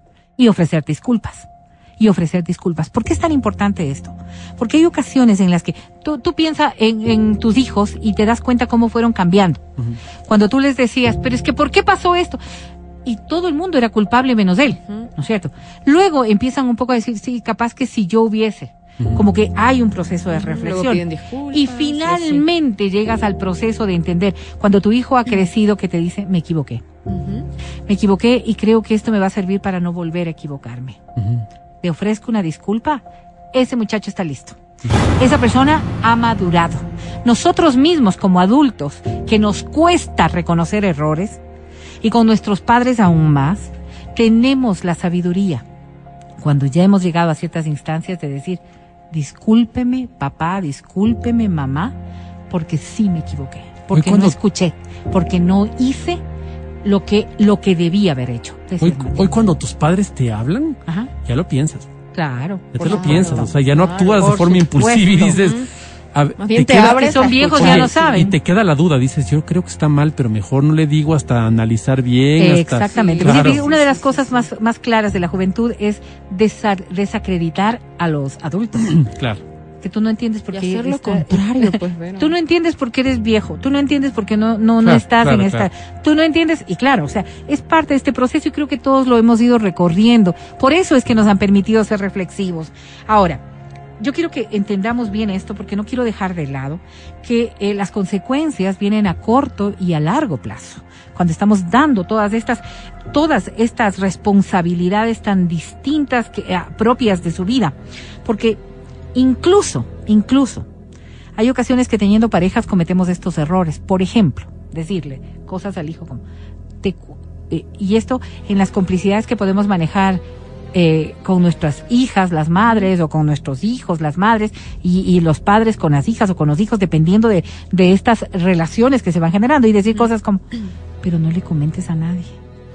y ofrecer disculpas. Y ofrecer disculpas. ¿Por qué es tan importante esto? Porque hay ocasiones en las que tú, tú piensas en, en tus hijos y te das cuenta cómo fueron cambiando. Ujú. Cuando tú les decías, pero es que ¿por qué pasó esto? Y todo el mundo era culpable menos él, ¿no es cierto? Luego empiezan un poco a decir, sí, capaz que si yo hubiese, como que hay un proceso de Luego reflexión. piden disculpas, Y y así. finalmente llegas al proceso de entender, cuando tu hijo ha crecido, que te dice, me equivoqué. Ujú. Me equivoqué y creo que esto me va a servir para no volver a equivocarme. Ujú. Te ofrezco una disculpa, ese muchacho está listo. Esa persona ha madurado. Nosotros mismos como adultos, que nos cuesta reconocer errores, y con nuestros padres aún más, tenemos la sabiduría, cuando ya hemos llegado a ciertas instancias, de decir, discúlpeme papá, discúlpeme mamá, porque sí me equivoqué, porque cuando- no escuché, porque no hice lo que, lo que debía haber hecho. Ese Hoy, es mi hoy tema. cuando tus padres te hablan, Ajá, ya lo piensas. claro. Ya por te lo supuesto. piensas, o sea, ya no Claro, actúas de por forma impulsiva y supuesto. dices... a ver, Más bien te queda- abres Que son a viejos, escuchar. ya lo saben. Y te queda la duda, dices, yo creo que está mal, pero mejor no le digo hasta analizar bien. hasta- Exactamente. Sí, Pues, claro. una de las cosas más, más claras de la juventud es desa- desacreditar a los adultos. Claro. Que tú no entiendes por Y qué... hacer lo está- contrario, pues, bueno. Tú no entiendes por qué eres viejo, tú no entiendes por qué no, no, no Claro, estás claro, en esta... Tú no entiendes, y claro, o sea, es parte de este proceso y creo que todos lo hemos ido recorriendo. Por eso es que nos han permitido ser reflexivos. Ahora, yo quiero que entendamos bien esto porque no quiero dejar de lado que eh, las consecuencias vienen a corto y a largo plazo. Cuando estamos dando todas estas, todas estas responsabilidades tan distintas que, eh, propias de su vida. Porque incluso, incluso, hay ocasiones que teniendo parejas cometemos estos errores. Por ejemplo, decirle cosas al hijo como, te cu- eh, y esto en las complicidades que podemos manejar eh, con nuestras hijas, las madres, o con nuestros hijos, las madres, y, y los padres con las hijas o con los hijos, dependiendo de, de estas relaciones que se van generando, y decir cosas como, pero no le comentes a nadie.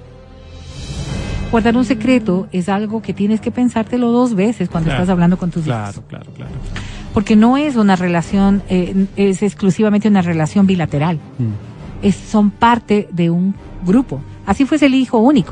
Guardar un secreto es algo que tienes que pensártelo dos veces cuando Claro, estás hablando con tus hijos. Claro, claro, claro. Porque no es una relación, eh, es exclusivamente una relación bilateral. Mm. Es, son parte de un grupo. Así fuese el hijo único.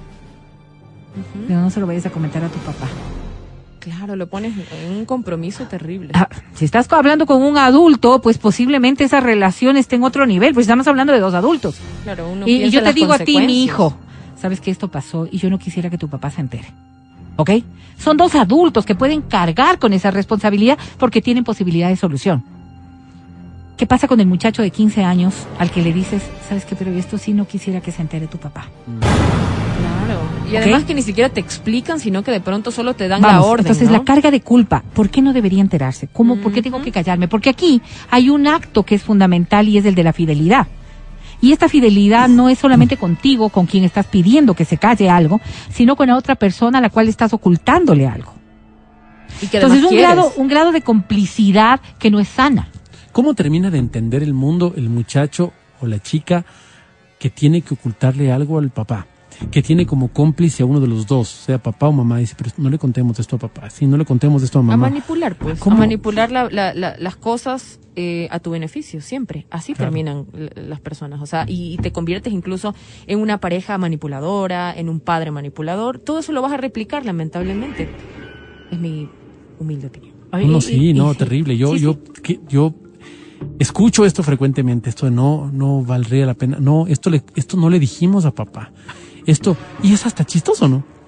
Pero no se lo vayas a comentar a tu papá. Claro, lo pones en un compromiso terrible. Ah, si estás hablando con un adulto, pues posiblemente esa relación esté en otro nivel, pues estamos hablando de dos adultos. Claro, uno Y, y piensa yo en te las digo a ti, mi consecuencias. hijo, sabes que esto pasó y yo no quisiera que tu papá se entere. ¿Ok? Son dos adultos que pueden cargar con esa responsabilidad porque tienen posibilidad de solución. ¿Qué pasa con el muchacho de quince años al que le dices, sabes qué, pero esto sí no quisiera que se entere tu papá? Claro. Y ¿Ok? además que ni siquiera te explican, sino que de pronto solo te dan Vamos, la orden, entonces ¿no? la carga de culpa, ¿por qué no debería enterarse? ¿Cómo, ¿Por qué tengo que callarme? Porque aquí hay un acto que es fundamental y es el de la fidelidad. Y esta fidelidad no es solamente contigo, con quien estás pidiendo que se calle algo, sino con la otra persona a la cual estás ocultándole algo. Y que Entonces además un quieres. grado, un grado de complicidad que no es sana. ¿Cómo termina de entender el mundo el muchacho o la chica que tiene que ocultarle algo al papá? Que tiene como cómplice a uno de los dos, sea papá o mamá, dice, pero no le contemos esto a papá, sí, no le contemos esto a A mamá. manipular, pues. ¿Cómo? A manipular la, la, la- las cosas eh, a tu beneficio, siempre. Así Claro. terminan l- las personas. O sea, y, y te conviertes incluso en una pareja manipuladora, en un padre manipulador. Todo eso lo vas a replicar, lamentablemente. Es mi humilde opinión. No, sí, no, y- terrible. Yo, sí, yo, sí. que- yo escucho esto frecuentemente, esto de no, no valdría la pena. No, esto le, esto no le dijimos a papá. Esto, y es hasta chistoso, ¿no?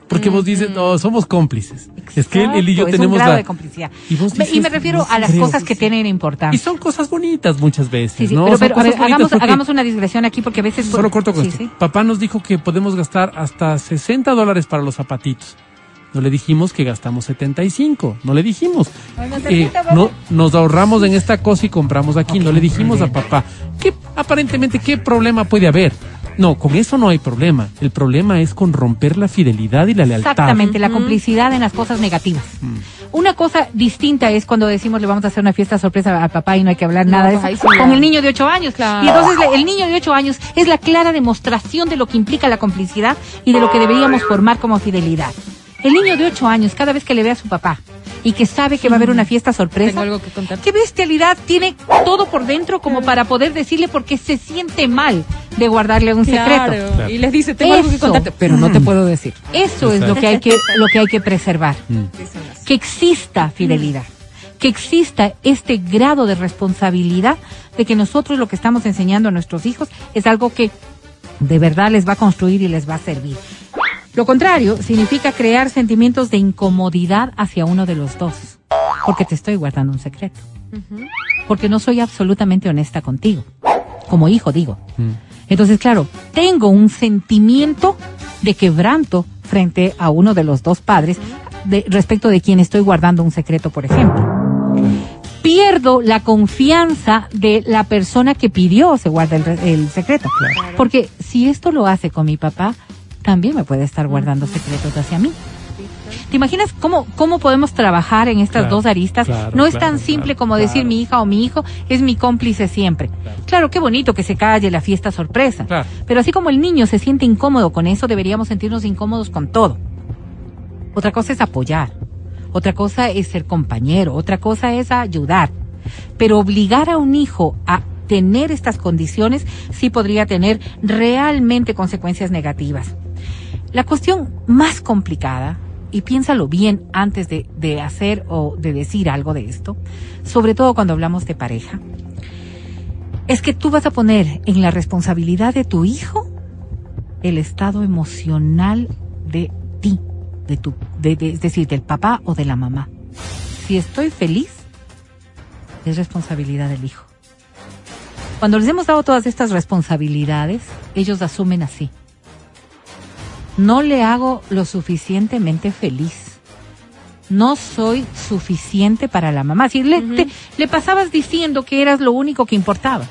Porque vos dices, no, somos cómplices. Exacto, es que él, él y yo es tenemos un grado la... de complicidad. Y, vos dices, y me refiero no a las creo cosas que sí. tienen importancia. Y son cosas bonitas muchas veces, sí, sí, ¿no? pero, Son pero a ver, cosas bonitas hagamos, porque- hagamos una digresión aquí porque a veces... Solo corto con sí, esto. sí. Papá nos dijo que podemos gastar hasta sesenta dólares para los zapatitos. No le dijimos que gastamos setenta y cinco. No le dijimos. Bueno, Eh, tarjeta, no, papá. nos ahorramos en esta cosa y compramos aquí. Ok, No le dijimos muy a bien. papá. ¿Qué, aparentemente, ¿qué problema puede haber? No, con eso no hay problema. El problema es con romper la fidelidad y la lealtad. Exactamente, la complicidad en las cosas negativas. Mm. Una cosa distinta es cuando decimos le vamos a hacer una fiesta sorpresa a papá y no hay que hablar nada de pues ahí eso sí, con ya. el niño de ocho años. Claro. Y entonces le- el niño de ocho años es la clara demostración de lo que implica la complicidad y de lo que deberíamos formar como fidelidad. El niño de ocho años, cada vez que le ve a su papá y que sabe que va a haber una fiesta sorpresa, Tengo algo que contar. ¿qué bestialidad tiene todo por dentro como para poder decirle porque se siente mal de guardarle un Claro. secreto? Claro. Y les dice, tengo algo que Eso. contarte, pero no te puedo decir. Eso es lo que hay que, lo que hay que preservar. Mm. Que exista fidelidad, que exista este grado de responsabilidad de que nosotros lo que estamos enseñando a nuestros hijos es algo que de verdad les va a construir y les va a servir. Lo contrario significa crear sentimientos de incomodidad hacia uno de los dos, porque te estoy guardando un secreto, porque no soy absolutamente honesta contigo, como hijo digo. Mm. Entonces, claro, tengo un sentimiento de quebranto frente a uno de los dos padres de, respecto de quien estoy guardando un secreto, por ejemplo. Pierdo la confianza de la persona que pidió se guarda el, re- el secreto. Porque si esto lo hace con mi papá, también me puede estar guardando secretos hacia mí. ¿Te imaginas cómo, cómo podemos trabajar en estas Claro, dos aristas? claro, No es claro, tan simple claro, como decir claro. mi hija o mi hijo es mi cómplice siempre. Claro. Claro, qué bonito que se calle la fiesta sorpresa. Claro. Pero así como el niño se siente incómodo con eso, deberíamos sentirnos incómodos con todo. Otra cosa es apoyar. Otra cosa es ser compañero. Otra cosa es ayudar. Pero obligar a un hijo a tener estas condiciones sí podría tener realmente consecuencias negativas. La cuestión más complicada, y piénsalo bien antes de, de hacer o de decir algo de esto, sobre todo cuando hablamos de pareja, es que tú vas a poner en la responsabilidad de tu hijo el estado emocional de ti, de tu, de, de, es decir, del papá o de la mamá. Si estoy feliz, es responsabilidad del hijo. Cuando les hemos dado todas estas responsabilidades, ellos asumen así. No le hago lo suficientemente feliz. No soy suficiente para la mamá. Si le, Ujú. te- le pasabas diciendo que eras lo único que importaba.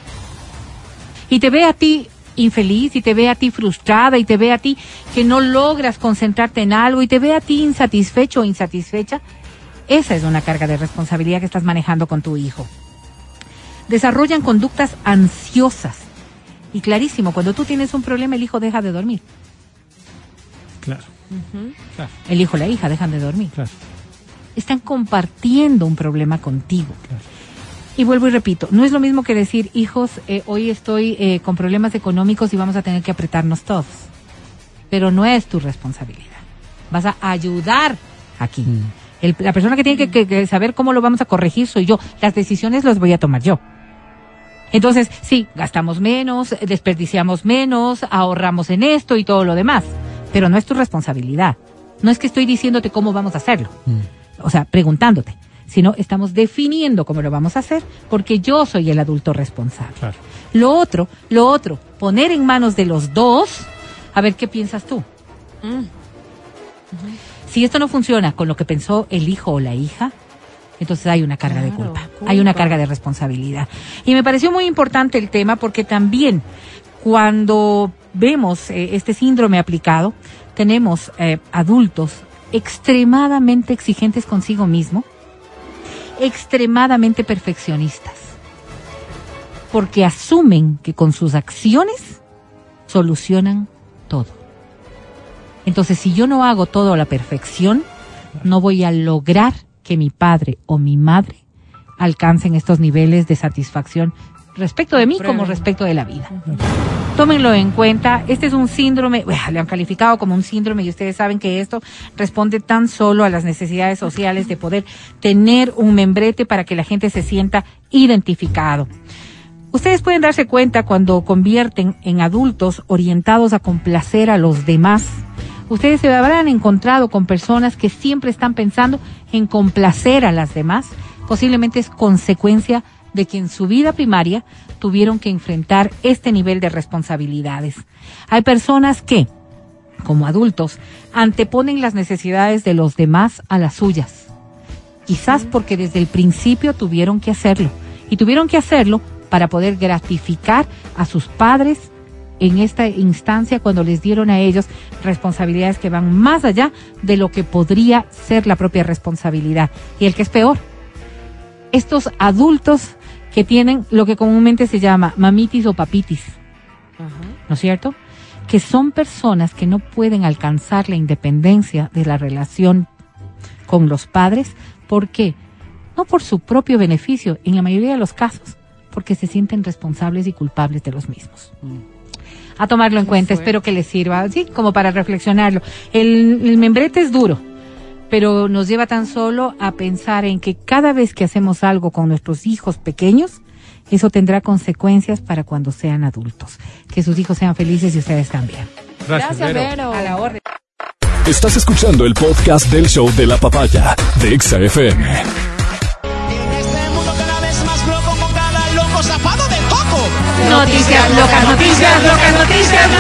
Y te ve a ti infeliz, y te ve a ti frustrada, y te ve a ti que no logras concentrarte en algo, y te ve a ti insatisfecho o insatisfecha. Esa es una carga de responsabilidad que estás manejando con tu hijo. Desarrollan conductas ansiosas. Y clarísimo, cuando tú tienes un problema, el hijo deja de dormir. Claro, claro, El hijo o la hija dejan de dormir. claro. Están compartiendo un problema contigo. Claro. Y vuelvo y repito, no es lo mismo que decir, hijos, eh, hoy estoy eh, con problemas económicos y vamos a tener que apretarnos todos. Pero no es tu responsabilidad. Vas a ayudar aquí. Mm. El- la persona que tiene que, que- que saber cómo lo vamos a corregir soy yo. Las decisiones las voy a tomar yo. Entonces, sí, gastamos menos, desperdiciamos menos, ahorramos en esto y todo lo demás. Pero no es tu responsabilidad. No es que estoy diciéndote cómo vamos a hacerlo. Mm. O sea, preguntándote. Sino estamos definiendo cómo lo vamos a hacer porque yo soy el adulto responsable. Claro. Lo otro, lo otro, poner en manos de los dos, a ver qué piensas tú. Mm. Si esto no funciona con lo que pensó el hijo o la hija, entonces hay una carga de Claro, culpa, culpa. hay una carga de responsabilidad. Y me pareció muy importante el tema porque también cuando vemos eh, este síndrome aplicado, tenemos eh, adultos extremadamente exigentes consigo mismo, extremadamente perfeccionistas, porque asumen que con sus acciones solucionan todo. Entonces, si yo no hago todo a la perfección, no voy a lograr que mi padre o mi madre alcancen estos niveles de satisfacción respecto de mí como Prueben. respecto de la vida. Tómenlo en cuenta. Este es un síndrome, bueno, le han calificado como un síndrome y ustedes saben que esto responde tan solo a las necesidades sociales de poder tener un membrete para que la gente se sienta identificado. Ustedes pueden darse cuenta cuando convierten en adultos orientados a complacer a los demás ustedes se habrán encontrado con personas que siempre están pensando en complacer a las demás. Posiblemente es consecuencia de que en su vida primaria tuvieron que enfrentar este nivel de responsabilidades. Hay personas que, como adultos, anteponen las necesidades de los demás a las suyas. Quizás porque desde el principio tuvieron que hacerlo. Y tuvieron que hacerlo para poder gratificar a sus padres en esta instancia cuando les dieron a ellos responsabilidades que van más allá de lo que podría ser la propia responsabilidad. Y el que es peor, estos adultos que tienen lo que comúnmente se llama mamitis o papitis, uh-huh. ¿no es cierto? Que son personas que no pueden alcanzar la independencia de la relación con los padres. ¿Por qué? No por su propio beneficio, en la mayoría de los casos, porque se sienten responsables y culpables de los mismos. Mm. A tomarlo en cuenta, espero que les sirva, sí, como para reflexionarlo. El, el membrete es duro, pero nos lleva tan solo a pensar en que cada vez que hacemos algo con nuestros hijos pequeños, eso tendrá consecuencias para cuando sean adultos. Que sus hijos sean felices y ustedes también. Gracias, Gracias Vero. Vero. A la orden. Estás escuchando el podcast del show de la papaya de Exa F M. En este mundo cada vez más loco con cada loco zapado de coco. Noticias locas, noticias locas, noticias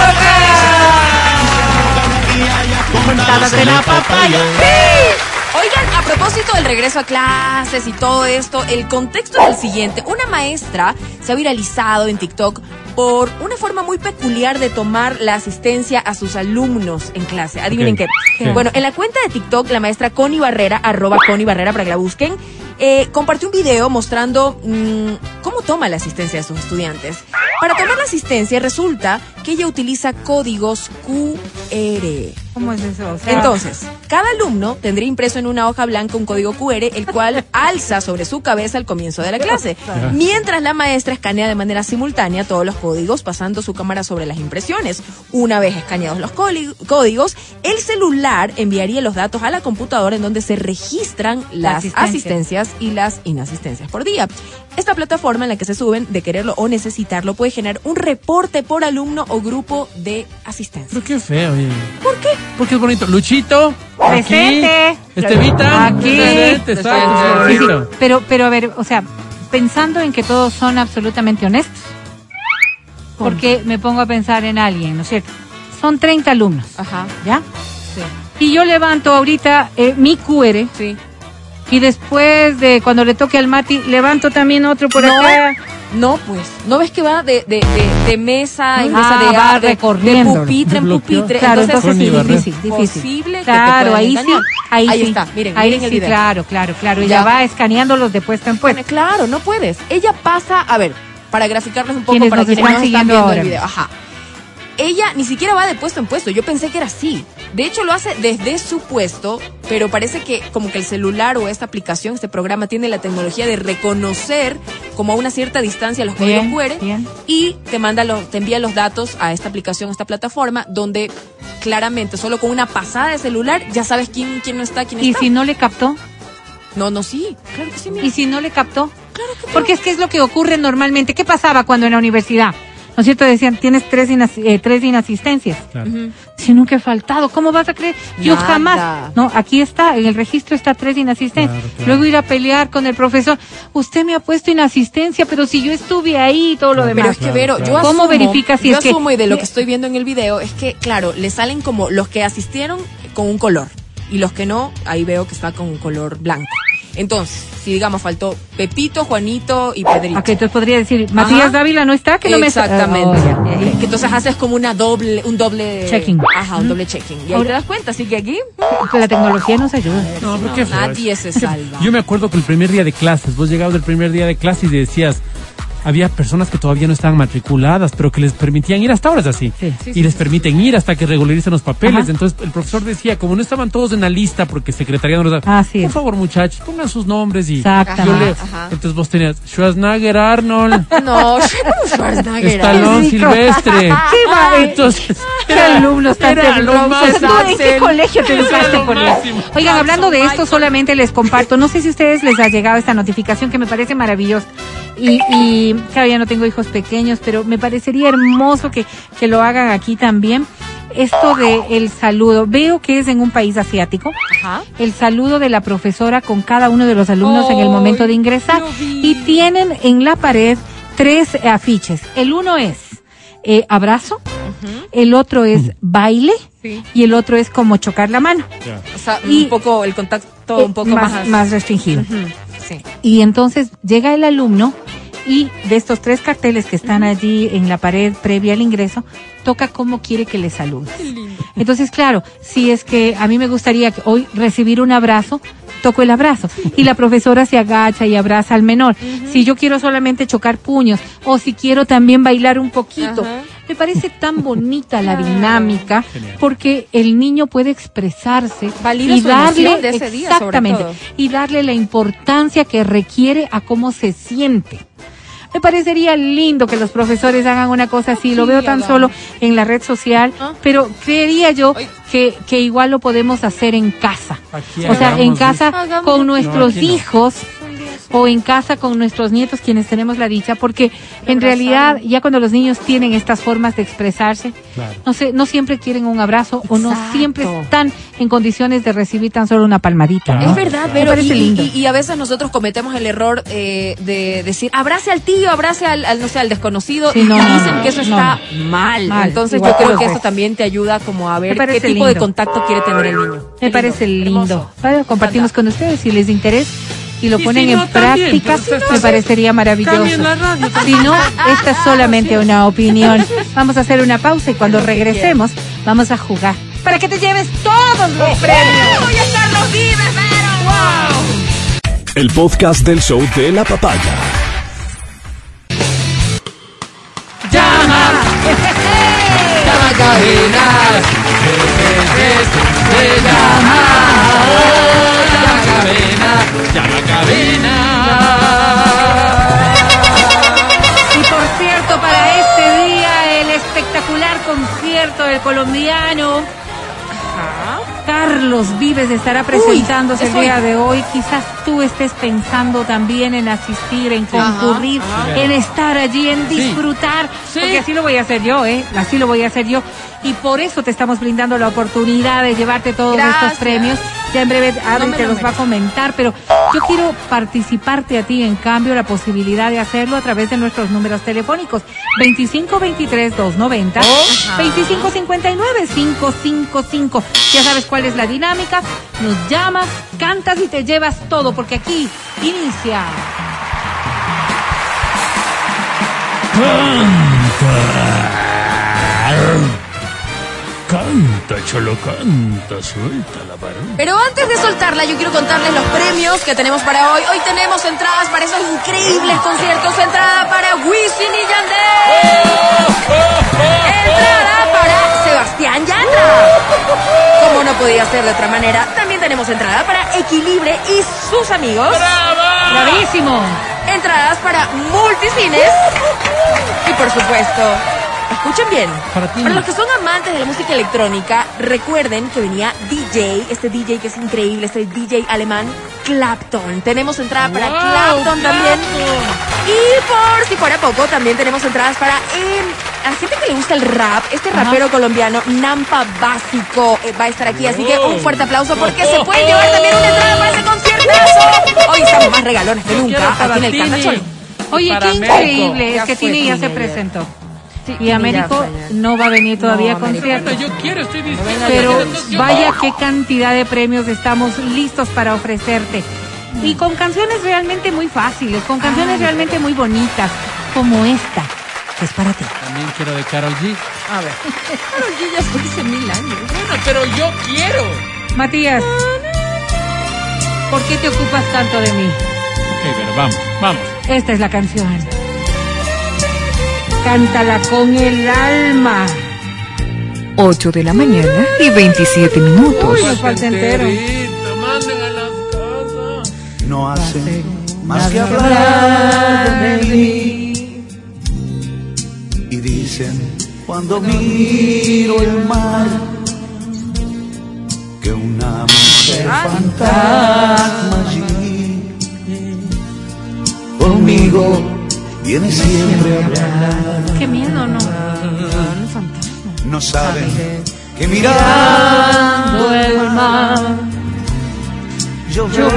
locas. Comentadas de la papaya. Oigan, a propósito del regreso a clases y todo esto, el contexto es el siguiente. Una maestra se ha viralizado en TikTok por una forma muy peculiar de tomar la asistencia a sus alumnos en clase. Adivinen okay. qué. Sí. Bueno, en la cuenta de TikTok, la maestra Connie Barrera, arroba Connie Barrera para que la busquen, eh, compartió un video mostrando mmm, cómo toma la asistencia de sus estudiantes. Para tomar la asistencia resulta que ella utiliza códigos Q R. ¿Cómo es eso? O sea, entonces, cada alumno tendría impreso en una hoja blanca un código Q R, el cual alza sobre su cabeza al comienzo de la clase, mientras la maestra escanea de manera simultánea todos los códigos, pasando su cámara sobre las impresiones. Una vez escaneados los códigos, el celular enviaría los datos a la computadora en donde se registran las asistencia. asistencias y las inasistencias por día. Esta plataforma en la que se suben, de quererlo o necesitarlo, puede generar un reporte por alumno o grupo de asistencia. Pero qué feo, oye. ¿Por qué? Porque es bonito. Luchito, presente. Aquí, Estevita, aquí. Presente, está, sí, sí. Pero, pero a ver, o sea, pensando en que todos son absolutamente honestos, porque me pongo a pensar en alguien, ¿no es cierto? Son treinta alumnos. Ajá. ¿Ya? Sí. Y yo levanto ahorita eh, mi Q R. Sí. Y después de cuando le toque al Mati, levanto también otro por no, acá. No, pues. ¿No ves que va de, de, de, de mesa en ah, mesa de va de, recorriendo. de pupitre en pupitre? Claro, entonces, entonces sí, difícil, difícil. Posible claro, que te ahí engañar. sí, ahí, ahí sí. está, miren, ahí miren sí, el video. claro, claro, claro. Ella ya va escaneándolos de puesta en puesta. Claro, no puedes. Ella pasa, a ver, para graficarles un poco quienes para nos quienes están no siguiendo están viendo ahora. el video. Ajá. Ella ni siquiera va de puesto en puesto. Yo pensé que era así. De hecho, lo hace desde su puesto, pero parece que como que el celular o esta aplicación, este programa, tiene la tecnología de reconocer como a una cierta distancia los códigos bien, Q R bien. y te manda los, te envía los datos a esta aplicación, a esta plataforma, donde claramente, solo con una pasada de celular, ya sabes quién, quién no está, quién ¿Y está. si no le captó? No, no, sí. Claro que sí, mira. ¿Y si no le captó? Claro que no. Porque es que es lo que ocurre normalmente. ¿Qué pasaba cuando en la universidad? ¿No es cierto? Decían, tienes tres, inas eh, tres inasistencias. Claro. Uh-huh. Si nunca he faltado, ¿cómo vas a creer? Yo Nada. jamás. No, aquí está, en el registro está tres inasistencias. Claro, claro. Luego ir a pelear con el profesor. Usted me ha puesto inasistencia, pero si yo estuve ahí y todo lo Claro, demás. Pero es que, Vero, claro. yo asumo... ¿Cómo verifica si yo es que- asumo y de lo que estoy viendo en el video es que, claro, le salen como los que asistieron con un color y los que no, ahí veo que está con un color blanco. Entonces, si digamos faltó Pepito, Juanito y Pedrito. Ok, entonces podría decir, Matías Ajá. Dávila no está, que no me Exactamente. Oh, ya, ya, ya. Que entonces haces como una doble, un doble Checking. Ajá, un doble checking. Y ahí Ahora- te das cuenta, así que aquí La tecnología nos ayuda. No, pero no, qué feo. nadie se salva. Yo me acuerdo que el primer día de clases, vos llegabas del primer día de clases y decías, había personas que todavía no estaban matriculadas, pero que les permitían ir, hasta ahora es así, Sí. Sí, y sí, les sí, permiten ir hasta que regularicen los papeles. Ajá. Entonces el profesor decía, como no estaban todos en la lista porque secretaría no los da, Así es. por favor muchachos, pongan sus nombres y Exactamente. yo le- Ajá. entonces vos tenías Schwarzenegger, Arnold, No, Schwarzenegger. Stallone, rico. Silvestre. ¿Qué va? Entonces, ¿Qué alumnos tan era lo tediosos? máximo. ¿En qué colegio te Era educaste lo por él? máximo. Oigan, hablando de esto, Michael. solamente les comparto, no sé si a ustedes les ha llegado esta notificación que me parece maravillosa. Y, y claro, ya no tengo hijos pequeños, pero me parecería hermoso que, que lo hagan aquí también. esto de el saludo. Veo que es en un país asiático. Ajá. El saludo de la profesora con cada uno de los alumnos oh, en el momento de ingresar. Y tienen en la pared tres afiches. El uno es eh, abrazo, uh-huh. el otro es baile sí. y el otro es como chocar la mano. Yeah. O sea, y, un poco el contacto un poco más, más, más restringido. Uh-huh. Sí. Y entonces llega el alumno y de estos tres carteles que están uh-huh. allí en la pared previa al ingreso, toca cómo quiere que le saludes. Entonces, claro, si es que a mí me gustaría que hoy recibir un abrazo, toco el abrazo. Y la profesora se agacha y abraza al menor. Uh-huh. Si yo quiero solamente chocar puños o si quiero también bailar un poquito. Uh-huh. Me parece tan bonita la dinámica porque el niño puede expresarse Valida y darle de ese día, exactamente y darle la importancia que requiere a cómo se siente. Me parecería lindo que los profesores hagan una cosa así, lo sí, veo tan solo en la red social, ¿ah? Pero creería yo que, que igual lo podemos hacer en casa. Aquí o sea, en casa hagamos. Con nuestros no, hijos o en casa con nuestros nietos, quienes tenemos la dicha, porque en realidad ya cuando los niños tienen estas formas de expresarse, claro. no sé, no siempre quieren un abrazo Exacto. o no siempre están en condiciones de recibir tan solo una palmadita. ¿no? Es verdad, pero y, y, y a veces nosotros cometemos el error eh, de decir abrace al tío, abrace al, al no sé, al desconocido sí, y no, dicen no, que eso no, está no. Mal. mal. Entonces Igual yo creo que eso también te ayuda como a ver qué tipo lindo. De contacto quiere tener el niño. Me qué parece lindo. lindo. Bueno, compartimos con ustedes si les interesa. Y lo y ponen si no, en también, práctica, pues, me parecería maravilloso. Radio, si no, esta es solamente una opinión. Vamos a hacer una pausa y cuando regresemos, vamos a jugar. Para que te lleves todos los premios. ¡Voy a estar los vives, pero! ¡Wow! El podcast del show de la papaya. ¡Llama! ¡Llama cabinas! ¡Se llama! ¡Llama cabina! ¡Llama cabina! Y por cierto, para este día, el espectacular concierto del colombiano Ajá. Carlos Vives estará presentándose Uy, el día de hoy. Quizás tú estés pensando también en asistir, en concurrir, Ajá. en estar allí, en disfrutar, sí. porque así lo voy a hacer yo, ¿eh? Así lo voy a hacer yo. Y por eso te estamos brindando la oportunidad de llevarte todos Gracias. Estos premios. Ya en breve Adri no te los va a comentar, pero yo quiero participarte a ti, en cambio, la posibilidad de hacerlo a través de nuestros números telefónicos. veinticinco veintitrés doscientos noventa, oh, veinticinco cincuenta y nueve quinientos cincuenta y cinco. Ya sabes cuál es la dinámica. Nos llamas, cantas y te llevas todo, porque aquí inicia. Canta, cholo, canta, suelta la varón. Pero antes de soltarla, yo quiero contarles los premios que tenemos para hoy. Hoy tenemos entradas para esos increíbles conciertos. Entrada para Wisin y Yandel. Entrada para Sebastián Yatra. Como no podía ser de otra manera, también tenemos entrada para Equilibre y sus amigos. ¡Brava! ¡Bravísimo! Entradas para Multicines. Y por supuesto... Escuchen bien, para, para los que son amantes de la música electrónica, recuerden que venía D J, este D J que es increíble, este D J alemán, Clapton. Tenemos entrada wow, para Clapton, Clapton también. Y por si fuera poco, también tenemos entradas para eh, a gente que le gusta el rap. Este Ajá. rapero colombiano, Nampa Básico, eh, va a estar aquí. Así que un fuerte aplauso porque se pueden llevar también una entrada para ese conciertazo. Hoy estamos más regalones que nunca aquí en el Cantachol. Oye, qué increíble, es que Tini ya se presentó. Sí, y Américo no va a venir todavía no, a concierto. Yo quiero, estoy diciendo. Pero vaya qué cantidad de premios estamos listos para ofrecerte. Y con canciones realmente muy fáciles, con canciones Ay, realmente muy bonitas, como esta, que es para ti. También quiero de Karol G. A ver. Karol G ya fue hace mil años. Bueno, pero yo quiero. Matías, ¿por qué te ocupas tanto de mí? Ok, pero vamos, vamos. Esta es la canción. Cántala con el alma. ocho de la mañana y veintisiete minutos. Uy, nos falta entero. Manden a las casas. No hacen más que hablar de mí. Y dicen cuando miro el mar que una mujer fantasma allí conmigo viene siempre a hablar. Qué miedo, ¿no? No saben que mirando el mar yo veo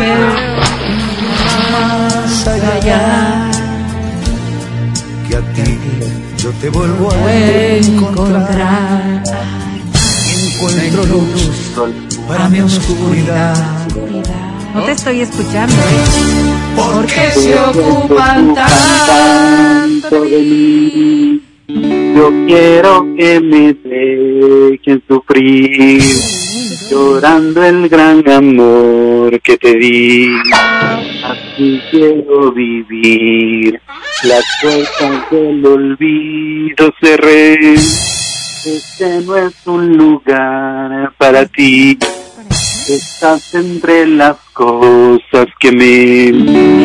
más allá, que a ti yo te vuelvo a encontrar. Encuentro luz para mi oscuridad. No te estoy escuchando. ¿Por qué se ocupan tanto de mí? Yo quiero que me dejen sufrir, llorando el gran amor que te di. Así quiero vivir, las puertas del olvido cerré. Este no es un lugar para ti. Estás entre las cosas que me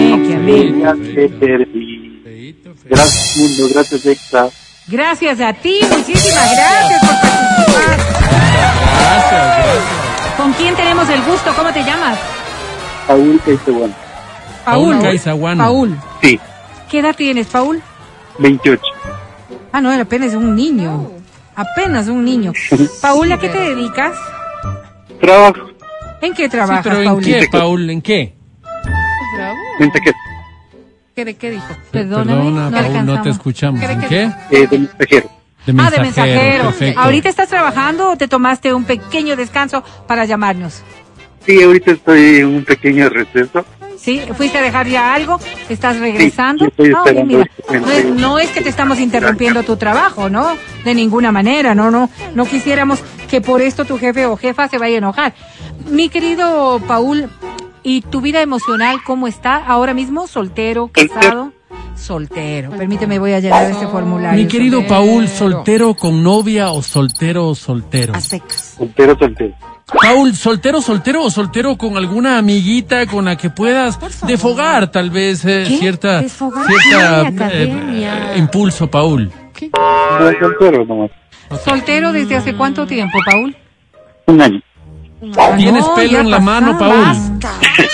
que perdí. Gracias, mundo, gracias, Exa. Gracias a ti, muchísimas gracias por participar. Gracias, gracias. ¿Con quién tenemos el gusto? ¿Cómo te llamas? Paul Caizaguán. Paul. Paul Caizaguán. Paul. Sí. ¿Qué edad tienes, Paul? veintiocho. Ah, no, apenas un niño. Apenas un niño. Paul, ¿a qué te dedicas? Trabajo. ¿En qué trabajas, sí, pero ¿en Paul? qué, Paul? ¿En qué? Bravo. ¿En qué? ¿Qué, de qué dijo? Perdóname, Perdona, no Paul, no alcanzamos. te escuchamos. ¿Qué, de ¿En qué? qué? Eh, de mensajero. De Ah, mensajero. de mensajero. Perfecto. ¿Ahorita estás trabajando o te tomaste un pequeño descanso para llamarnos? Sí, ahorita estoy en un pequeño receso. ¿Sí? ¿Fuiste a dejar ya algo? ¿Estás regresando? Sí, estoy Ah, oye, esperando mira, este no es, no es que te estamos interrumpiendo tu trabajo, ¿no? De ninguna manera, no, no. No quisiéramos que por esto tu jefe o jefa se vaya a enojar. Mi querido Paul, ¿y tu vida emocional cómo está ahora mismo? ¿Soltero, casado? Soltero. Permíteme, voy a llenar este formulario. Mi querido Soltero. Paul, ¿soltero con novia o soltero o soltero? A secas. Soltero, soltero. Paul, ¿soltero, soltero o soltero con alguna amiguita con la que puedas defogar tal vez eh, ¿Qué? cierta, ¿Desfogar cierta qué? Academia. eh, impulso, Paul? No, soltero nomás. ¿Soltero desde hace cuánto tiempo, Paul? Un año. ¿Tienes No, pelo ya en la pasaba, mano, Paul? basta.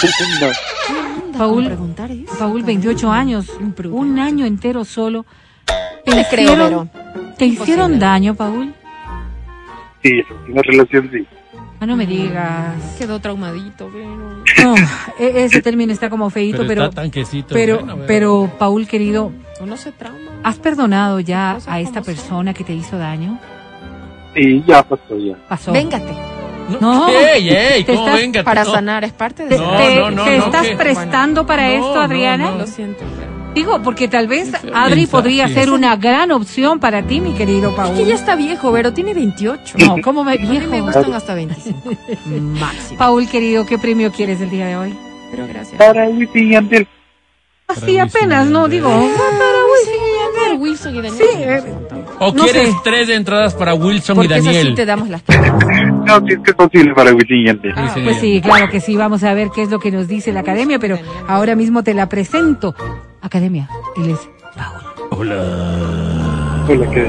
No. Paul, preguntar eso? Paul, veintiocho años, un año entero solo. ¿Te Te creo, hicieron, ¿te hicieron daño, Paul? Sí, una relación sí. Ah, no me digas. Quedó traumadito, pero... No, e- ese término está como feíto, Pero pero, está tanquecito, pero, bueno, bueno. pero, Paul, querido, Uno se trauma. ¿has perdonado ya Cosas a esta como son. persona que te hizo daño? Sí, ya pasó ya. Pasó. Véngate. No. ¡Ey, ey! Te ¿Cómo estás- venga? Para No. sanar, es parte ¿Te, de... No, te- no, no, te no, estás ¿qué? prestando para No, esto, no, Adriana? no. Lo siento, pero... Digo, porque tal vez Qué feo Adri mensaje. podría ser una gran opción para ti, mi querido Paul. Es que ya está viejo, pero tiene veintiocho. No, ¿cómo me A mí me viejo? gustan hasta veinticinco. Máximo. Paul, querido, ¿qué premio quieres el día de hoy? Pero gracias. Para Wisin y Yandel. Así Wisin apenas, y ¿no? Yandel. Digo, ah, para Wisin y Por Yandel. Wilson y Daniel. Sí, eh, ¿O no quieres sé. tres entradas para Wilson Porque y esas Daniel? sí te damos las No, si es que es posible para Wisin y Yandel. Wisin y Pues sí, Yandel. claro que sí. Vamos a ver qué es lo que nos dice la academia, pero ahora mismo te la presento. Academia, él es Paul. Hola. Hola, ¿qué?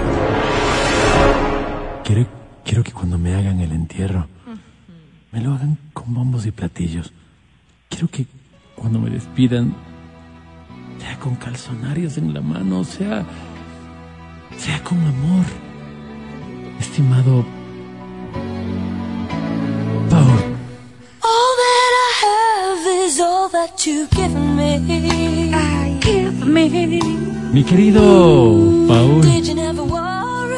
Quiero, quiero que cuando me hagan el entierro, me lo hagan con bombos y platillos. Quiero que cuando me despidan, sea con calzonarios en la mano, sea, sea con amor. Estimado Paul. All that I have is all that you've given me. Give me. Mi querido Paul. Did you never worry?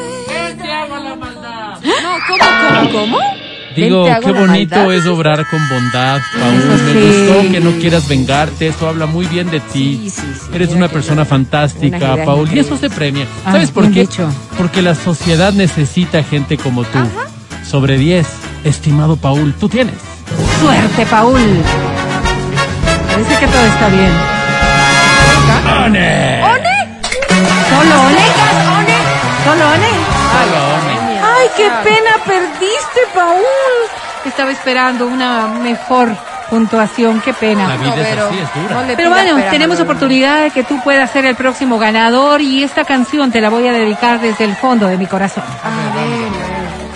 No, ¿cómo, cómo, cómo? Digo, Ven, te hago qué la bonito maldad. es obrar con bondad, Paul. Eso Me sí. gustó que no quieras vengarte, eso habla muy bien de ti. Sí, sí, sí. Eres Mira una que persona yo- fantástica, unas ideas Paul, y increíbles. eso se premia. Ah, ¿Sabes por bien qué? dicho. Porque la sociedad necesita gente como tú. Sobre diez, estimado Paul, tú tienes. Suerte, Paul. Parece que todo está bien. ¡One! ¿Solo One? ¿Solo One? Ay, qué pena perdiste, Paul. Estaba esperando una mejor puntuación, qué pena. La vida es pero así, es dura. no le Pero pidas bueno, esperando, tenemos no. oportunidad de que tú puedas ser el próximo ganador y esta canción te la voy a dedicar desde el fondo de mi corazón. A ver,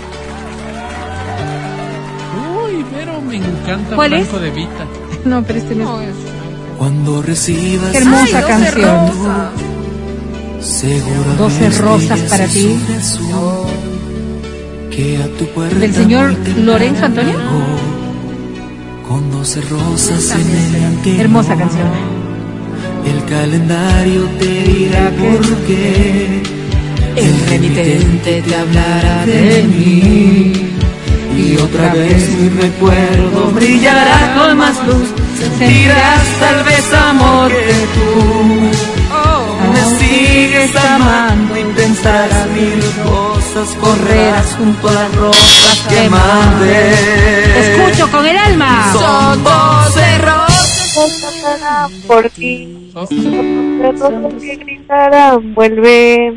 Uy, pero me encanta ¿Cuál Franco es? de Vita. No, pero este no no, es... es... Cuando recibas Qué hermosa Ay, doce canción. seguramente doce rosas para ti. sobre su que a tu puerta ¿Del señor Lorenzo Antonio? Con doce rosas en el interior. Hermosa canción. El calendario te dirá por qué. El remitente te hablará de mí. Y otra vez mi recuerdo brillará con más luz. Sentirás tal vez amor que tú me sigues amando y pensarás mil cosas. Correrás junto a las rosas que mandé. Te escucho con el alma. Son doce rosas cantarán por ti. Doce rosas que gritarán, vuelve.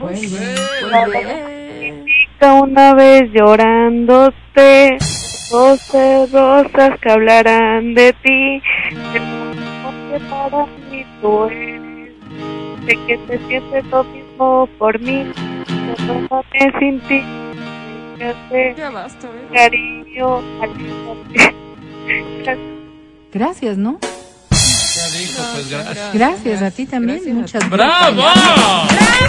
Significa una vez llorándote. Doce rosas que hablarán de ti. El mundo que para mí tú eres. Sé que te sientes lo mismo por mí. Perdóname sin ti. Ya basta, ¿eh? Cariño, aléjate. Gracias, ¿no? Ya dijo, pues gracias. Gracias a ti también. Gracias. Muchas ¡Bravo! gracias.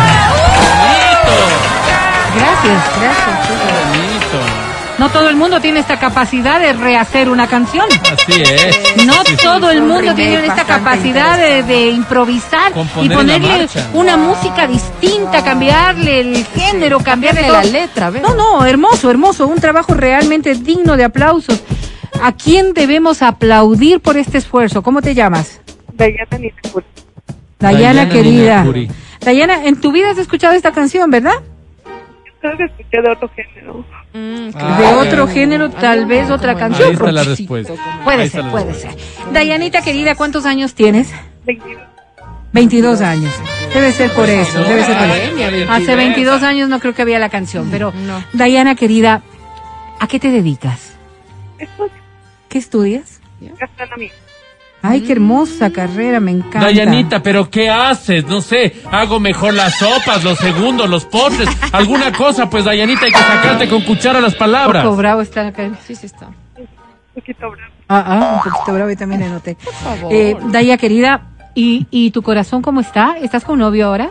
Gracias, gracias. ¡Qué bonito! No todo el mundo tiene esta capacidad de rehacer una canción. Así es. No Sí, sí. todo el Un mundo remake tiene esta bastante capacidad de, de improvisar Componer y en la ponerle marcha. una música distinta, cambiarle el género, cambiarle Cambiarle todo. la letra, ¿ves? No, no, hermoso, hermoso. Un trabajo realmente digno de aplausos. ¿A quién debemos aplaudir por este esfuerzo? ¿Cómo te llamas? Dayana Ninapuri. Dayana, Dayana querida. Ninapuri. Dayana, en tu vida has escuchado esta canción, ¿verdad? Yo creo que escuché de otro género. Mm, Ah, De ya. otro género, tal vez otra Ahí canción. Ahí está la Rochito, respuesta. como- Puede Ahí ser, está la puede ser. respuesta. Dayanita querida, ¿cuántos años tienes? veintidós. veintidós años. Debe ser por eso, debe ser por Academia, eso. veintidós. Hace veintidós años no creo que había la canción, pero No. Dayana querida, ¿a qué te dedicas? Esto ¿Qué estudias? es gastronomía. Ay, qué hermosa carrera, me encanta. Dayanita, ¿pero qué haces? No sé, hago mejor las sopas, los segundos, los postres, alguna cosa, pues Dayanita, hay que sacarte con cuchara las palabras. Un poco bravo está acá. Sí, sí está. Un poquito bravo. Ah, ah, un poquito bravo y también le noté. Por favor. Eh, Daya querida, ¿y, ¿y tu corazón cómo está? ¿Estás con novio ahora?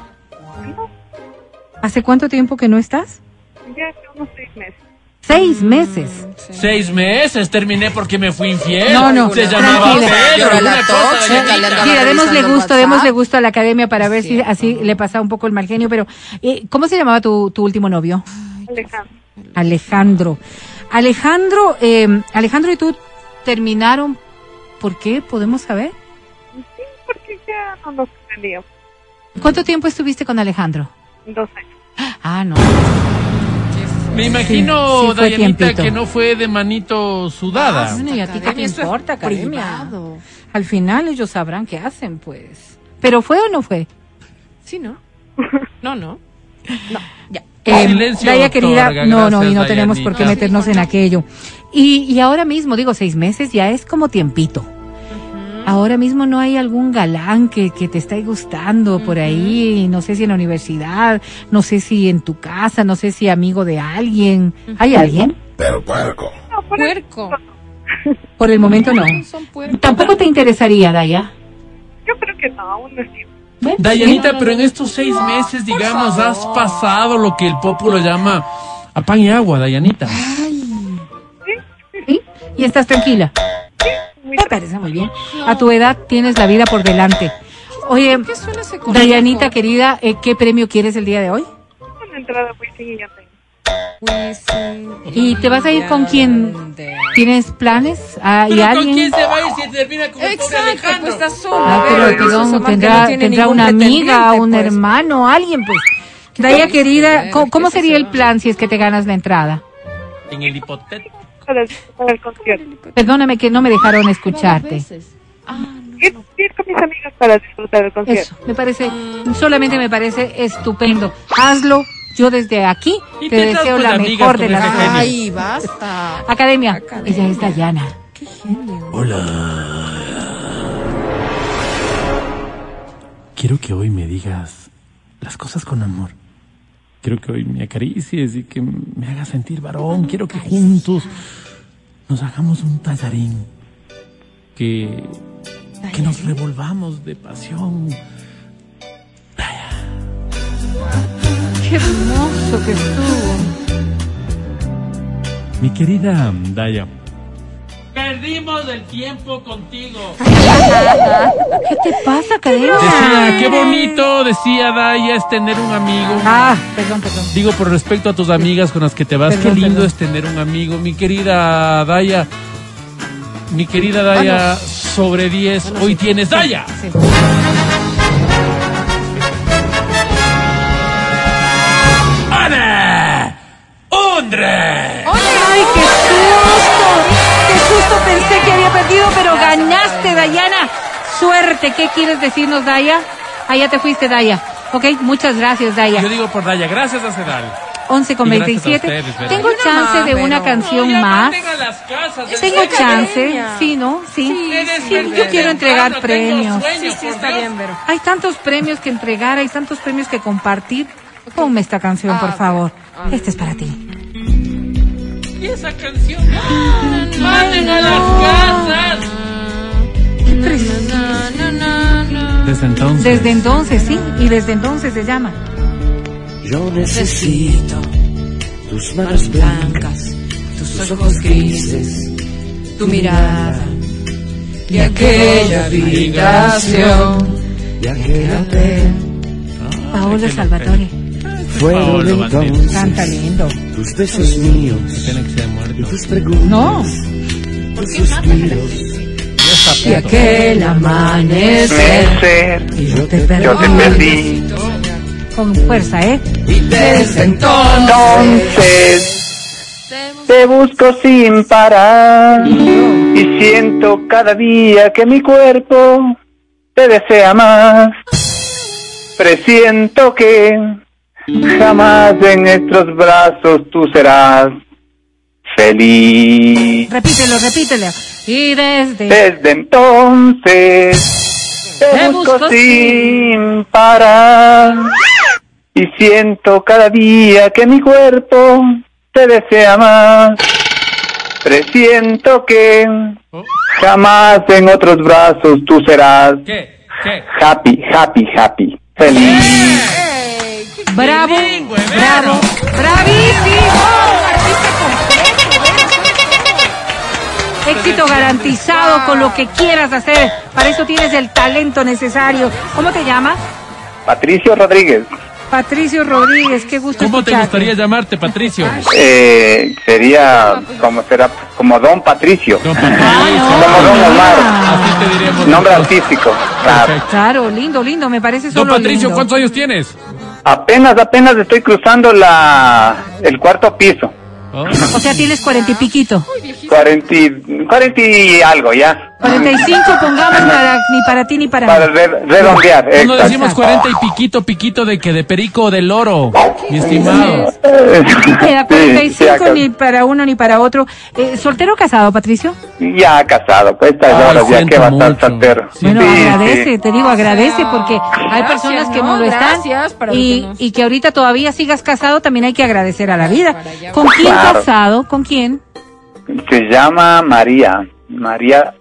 ¿Hace cuánto tiempo que no estás? Ya hace unos seis meses. Seis meses. Seis meses terminé porque me fui infiel. No, no, Se llamaba tranquila. Pedro, Llora la alguna cosa, tóxica, Dayanita. le andaba Mira, démosle revisando gusto, WhatsApp. démosle gusto a la academia para ver si Cierto. así le pasa un poco el mal genio, pero eh, ¿cómo se llamaba tu, tu último novio? Alejandro. Alejandro. Alejandro, eh, Alejandro y tú terminaron, ¿por qué? ¿Podemos saber? Sí, porque ya no nos entendíamos. ¿Cuánto tiempo estuviste con Alejandro? Dos años. Ah, no. Me imagino, Sí, sí, fue Dayanita, tiempito. que no fue de manito sudada. Ah, bueno, ¿y a ti qué te Academia, eso es importa, academia? privado. Al final ellos sabrán qué hacen, pues. ¿Pero fue o no fue? Sí, ¿no? No, no. No, ya. Eh, Silencio, Daya querida, otorga, no, no, gracias, y no tenemos por qué Dayanita. meternos en aquello. Y, y ahora mismo, digo, seis meses ya es como tiempito. Ahora mismo no hay algún galán que, que te esté gustando por ahí, no sé si en la universidad, no sé si en tu casa, no sé si amigo de alguien. ¿Hay alguien? No, por el- Puerco. Por el momento no. Son puercos. Tampoco te interesaría, Daya. Yo creo que no, aún no es tiempo. Bueno, Dayanita, pero en estos seis meses, digamos, has pasado lo que el populo llama a pan y agua, Dayanita. ¿sí? ¿Y estás tranquila? Muy Me parece muy bien. A tu edad tienes la vida por delante. Oye, ¿Qué suena ese consejo? Dayanita querida, eh, ¿qué premio quieres el día de hoy? una entrada muy y ya tengo. ¿Y te vas a ir con quién? ¿Tienes planes? Ah, ¿Y ¿Pero con alguien? quién se va a ir si termina con el pobre Exacto, Alejandro? pues está sola. Ah, pero Pero perdón, esos Omar que tendrá, no tiene tendrá ningún una amiga, pretendiente, un pues. hermano, alguien, pues. Daya querida, ¿cómo, cómo sería el plan si es que te ganas la entrada? En el hipotético. Para, para el concierto. Perdóname que no me dejaron escucharte. Ir, ir con mis amigas para disfrutar del concierto. Eso, me parece, solamente me parece estupendo. Hazlo, yo desde aquí Y te tendrás, deseo pues, la amigas mejor con de las ese suertes. genio. Ay, basta. Academia, Academia. ella es Dayana. Hola. Quiero que hoy me digas las cosas con amor. Quiero que hoy me acaricies y que me hagas sentir varón. Quiero que juntos nos hagamos un tallarín. Que, que nos revolvamos de pasión. Qué hermoso que estuvo. Mi querida Daya, perdimos el tiempo contigo. ¿Qué te pasa, Cadena? Decía, qué bonito, decía Daya, es tener un amigo. Ah, perdón, perdón. Digo, por respecto a tus amigas con las que te vas, Perdón, qué lindo perdón. es tener un amigo. Mi querida Daya, mi querida Daya, Vamos. sobre diez, Bueno, hoy sí. tienes Daya. Sí. ¡Ana! ¡Undre! ¡Ay, qué susto! ¡Qué susto! Pensé que había perdido, pero ganaste, Dayana. Suerte. ¿Qué quieres decirnos, Daya? Ah, ya te fuiste, Daya. Ok, muchas gracias, Daya. Yo digo por Daya, gracias a Cedal. once con Y gracias a veintisiete. ustedes, ¿verdad? Tengo Ay, una chance más, de una pero- canción No, ya más. manden a las casas, de Tengo verdad. chance. Sí, ¿no? Sí. Sí, Sí, desde yo quiero entregar temprano tengo premios. sueño, Sí, sí, por está Dios. bien, Vero. Hay tantos premios que entregar, hay tantos premios que compartir. Ponme esta canción, por favor. Esta es para ti. ¿Y esa canción? ¡Manden a las casas! Qué triste. Desde entonces. Desde entonces, sí. Y desde entonces se llama. Yo necesito tus manos blancas, tus ojos grises, tu mirada y aquella habitación y aquel hotel. Paolo Salvatore. Fueron Paolo entonces Canta lindo. tus besos míos Tiene que ser muerto. y tus preguntas, No. tus suspiros Ya está a y punto. aquel amanecer. Meser, Y yo te perdí. yo te perdí. Con fuerza, ¿eh? Y desde entonces Entonces te busco sin parar y siento cada día que mi cuerpo te desea más. Presiento que jamás en nuestros brazos tú serás feliz. Repítelo, repítelo. Y desde... Desde entonces te Te busco busco sin parar y siento cada día que mi cuerpo te desea más. Presiento que jamás en otros brazos tú serás ¿Qué? ¿Qué? happy, happy, happy, feliz. Bravo, Bilingüe, Vero. bravo, bravísimo. Éxito garantizado con lo que quieras hacer. Para eso tienes el talento necesario. ¿Cómo te llamas? Patricio Rodríguez. Patricio Rodríguez, qué gusto ¿Cómo te escucharte. gustaría llamarte, Patricio? Eh, sería como será como Don Patricio, Don Patricio. como Don Omar, Así te diremos. nombre nosotros. artístico. Claro. Perfecto. Claro, lindo, lindo, me parece Don solo Patricio, lindo. ¿cuántos años tienes? Apenas, apenas estoy cruzando la el cuarto piso. Oh. O sea, tienes cuarenta y piquito. Cuarenta y, cuarenta y algo ya. Cuarenta y cinco, pongamos para, ni para ti ni para Para mí. re- redondear. Cuando exacto. decimos cuarenta y piquito, piquito de que de perico o de loro, mi estimado. Queda cuarenta y Sí, sí, acá. cinco, ni para uno ni para otro. Eh, ¿Soltero o casado, Patricio? Ya casado, pues estas Ay, horas ya siento que va a estar mucho. soltero. Bueno, Sí, agradece, sí. te digo, agradece porque hay Gracias, personas que ¿no? no lo están Gracias para y, los que nos- y que ahorita todavía sigas casado, también hay que agradecer a la vida. Para allá. ¿Con quién Claro. casado? ¿Con quién? Se llama María. María.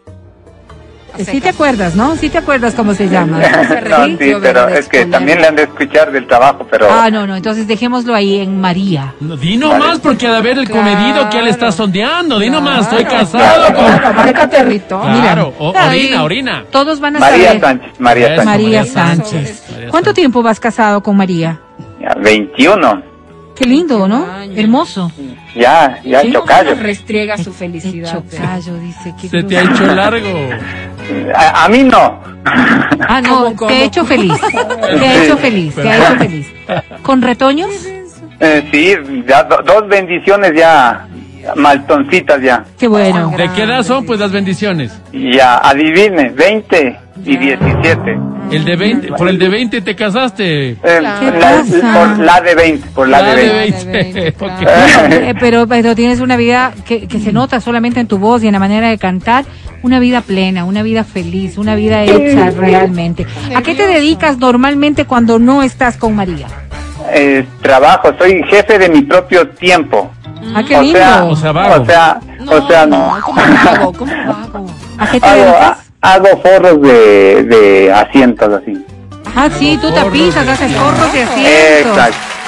Eh, Sí te acuerdas, ¿no? Sí te acuerdas cómo se llama. No, ¿Sí? sí, pero es que también le han de escuchar del trabajo, pero Ah, no, no, entonces dejémoslo ahí en María. No, di nomás porque ha de haber el comedido que él está sondeando. Di nomás, estoy casado Claro, con... Claro, marca territorio. Claro, o- Ahí orina, orina. Todos van a María saber. Sánchez. María Eso, Sánchez. María María Sánchez. Sánchez. María ¿Cuánto Sánchez. tiempo vas casado con María? Ya, veintiuno. Qué lindo, ¿no? Hermoso. Ya, ya hecho callo. Restriega su felicidad. Chocayo, dice. qué Se te ha grosero. hecho largo. A, a mí no. Ah, no, ¿Cómo, cómo? te ha hecho feliz. Te ha hecho feliz, te ha hecho feliz. ¿Con retoños? Eh, sí, ya do- dos bendiciones ya, maltoncitas ya. Qué bueno. ¿De qué edad son, pues, las bendiciones? Ya, adivine, veinte y diecisiete. El de veinte, por el de veinte te casaste. Eh, ¿Qué la, pasa? por la de veinte, por la, La de de veinte. veinte. Ok. Eh, pero, pero tienes una vida que, que se nota solamente en tu voz y en la manera de cantar, una vida plena, una vida feliz, una vida hecha realmente. ¿A qué te dedicas normalmente cuando no estás con María? Eh, trabajo, soy jefe de mi propio tiempo. Ah, qué O lindo. sea, O sea, vago. o sea, o sea, No, ¿cómo pago? ¿Cómo pago? ¿A qué te hago, dedicas? hago forros de, de asientos así. Ah, sí, tú tapizas, haces forros de asientos. Exacto.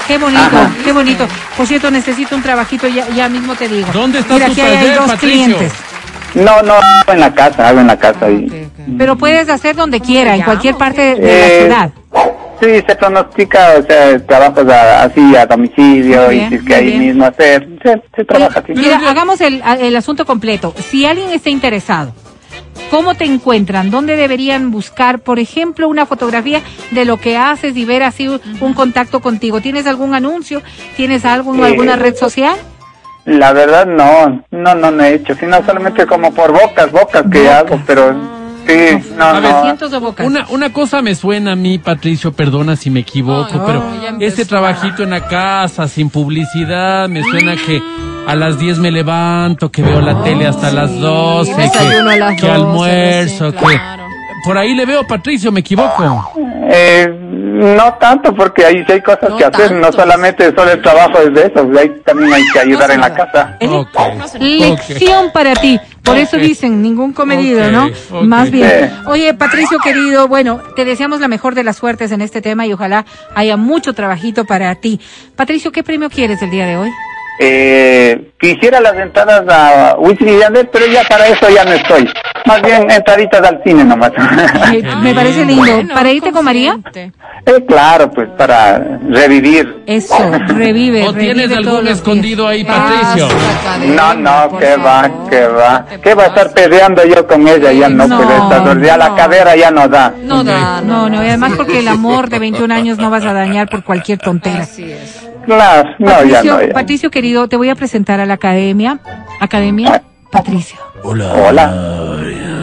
Qué bonito, Ajá. qué bonito. Por cierto, necesito un trabajito, ya, ya mismo te digo. ¿Dónde está Mira, tu aquí taller, hay dos Patricio? clientes. No, no, hago en la casa, hago en la casa. Ah, y... okay, okay. Pero puedes hacer donde quiera, en cualquier parte de, de eh, la ciudad. Sí, se pronostica, o sea, trabajos a, así a domicilio bien, y si es que ahí bien. mismo hacer, se, se trabaja así. Mira, hagamos el, el asunto completo. Si alguien está interesado, ¿cómo te encuentran? ¿Dónde deberían buscar, por ejemplo, una fotografía de lo que haces y ver así un, un contacto contigo? ¿Tienes algún anuncio? ¿Tienes algo en eh, alguna red social? La verdad no, no, no, no he hecho, sino solamente como por bocas, bocas que bocas. hago, pero sí, no, a no. ver, cientos de bocas. Una, una cosa me suena a mí, Patricio, perdona si me equivoco, oh, pero oh, ese trabajito en la casa, sin publicidad, me suena que a las diez me levanto, que veo la oh, tele hasta sí. las doce, que, las que doce, almuerzo, sí, que... Claro. Por ahí le veo, Patricio, ¿me equivoco? Eh, no tanto, porque ahí sí hay cosas no que hacer, tanto. No solamente solo el trabajo es de eso, ahí también hay que ayudar no en la casa. Okay. Lección okay. para ti, por okay. eso dicen, ningún comedido, okay. ¿no? Okay. Más bien. Sí. Oye, Patricio, querido, bueno, te deseamos la mejor de las suertes en este tema y ojalá haya mucho trabajito para ti. Patricio, ¿qué premio quieres el día de hoy? Eh, quisiera las entradas a Wisin y Yandel, pero ya para eso ya no estoy. Más bien entraditas al cine nomás. Eh, me parece lindo. Bueno, ¿para irte con María? Eh, claro, pues para revivir. Eso, revive. ¿O revive tienes algún escondido ahí, Patricio? No, no, que va, que va. ¿Qué va a estar peleando yo con ella? Ya no, no pero esta, ya no. La cadera ya no da. No okay. da, no, no. Y además porque el amor de veintiún años no vas a dañar por cualquier tontera. Así es. Claro, no, Patricio, ya no. Ya. Patricio, querido, te voy a presentar a la academia. Academia, Patricio. Hola. Hola.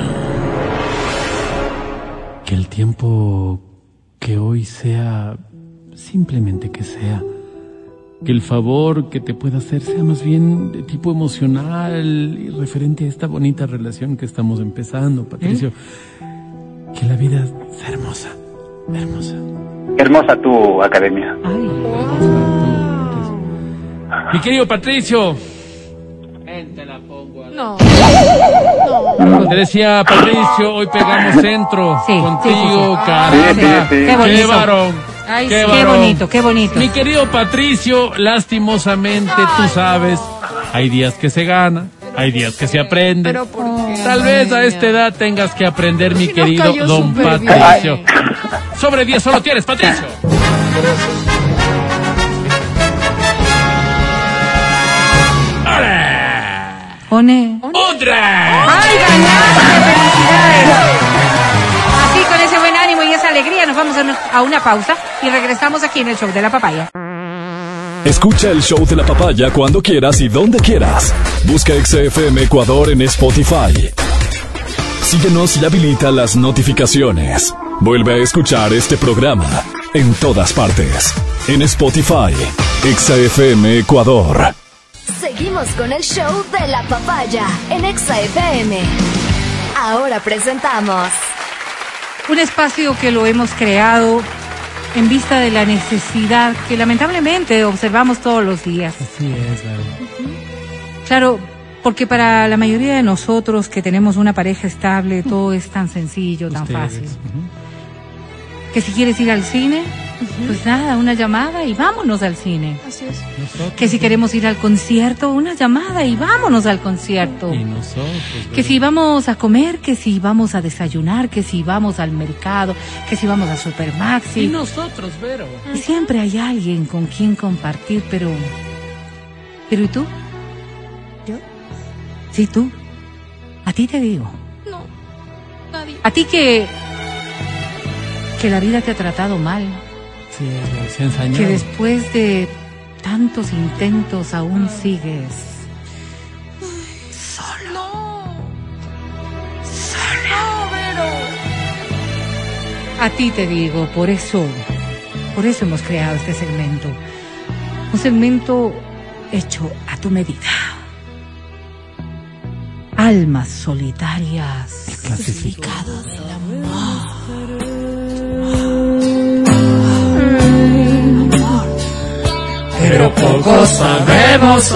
Que el tiempo que hoy sea, simplemente que sea. Que el favor que te pueda hacer sea más bien de tipo emocional y referente a esta bonita relación que estamos empezando, Patricio. ¿Eh? Que la vida sea hermosa, hermosa. Hermosa tu academia. Ay. Mi querido Patricio. Te la pongo a... No. No. Te decía, Patricio, hoy pegamos centro sí, contigo, sí, sí, sí. caramba. Sí, sí, sí. Qué bonito. Qué varón. Ay, qué, qué bonito, qué bonito. Mi querido Patricio, lastimosamente, Ay, tú sabes, hay días que se gana, hay días que se aprende. Pero ¿por qué? Tal vez a esta edad tengas que aprender, mi si querido no don Patricio. Bien. Sobre diez solo tienes, Patricio. Pone. ¡Otra! ¡Ay, ganaste! ¡Felicidades! Así, con ese buen ánimo y esa alegría, nos vamos a una pausa y regresamos aquí en el Show de la Papaya. Escucha el Show de la Papaya cuando quieras y donde quieras. Busca X F M Ecuador en Spotify. Síguenos y habilita las notificaciones. Vuelve a escuchar este programa en todas partes. En Spotify, X F M Ecuador. Seguimos con el Show de la Papaya en X F M. Ahora presentamos un espacio que lo hemos creado en vista de la necesidad que lamentablemente observamos todos los días. Así es, claro. Uh-huh. Claro, porque para la mayoría de nosotros que tenemos una pareja estable, todo es tan sencillo, tan Ustedes. fácil. Uh-huh. Que si quieres ir al cine, uh-huh. pues nada, una llamada y vámonos al cine. Así es. Nosotros, que si queremos ir al concierto, una llamada y vámonos al concierto. Y nosotros. Que si vamos a comer, que si vamos a desayunar, que si vamos al mercado, que si vamos a Supermaxi. Y nosotros, Vero. Y siempre hay alguien con quien compartir, pero... ¿Pero y tú? ¿Yo? Sí, tú. A ti te digo. No, nadie. A ti que... que la vida te ha tratado mal. Sí, se ha ensañado. Que después de tantos intentos aún no. sigues solo. No. Sola. No, Vero. A ti te digo, por eso, por eso hemos creado este segmento. Un segmento hecho a tu medida. Almas solitarias. Clasificados del amor. Pero poco sabemos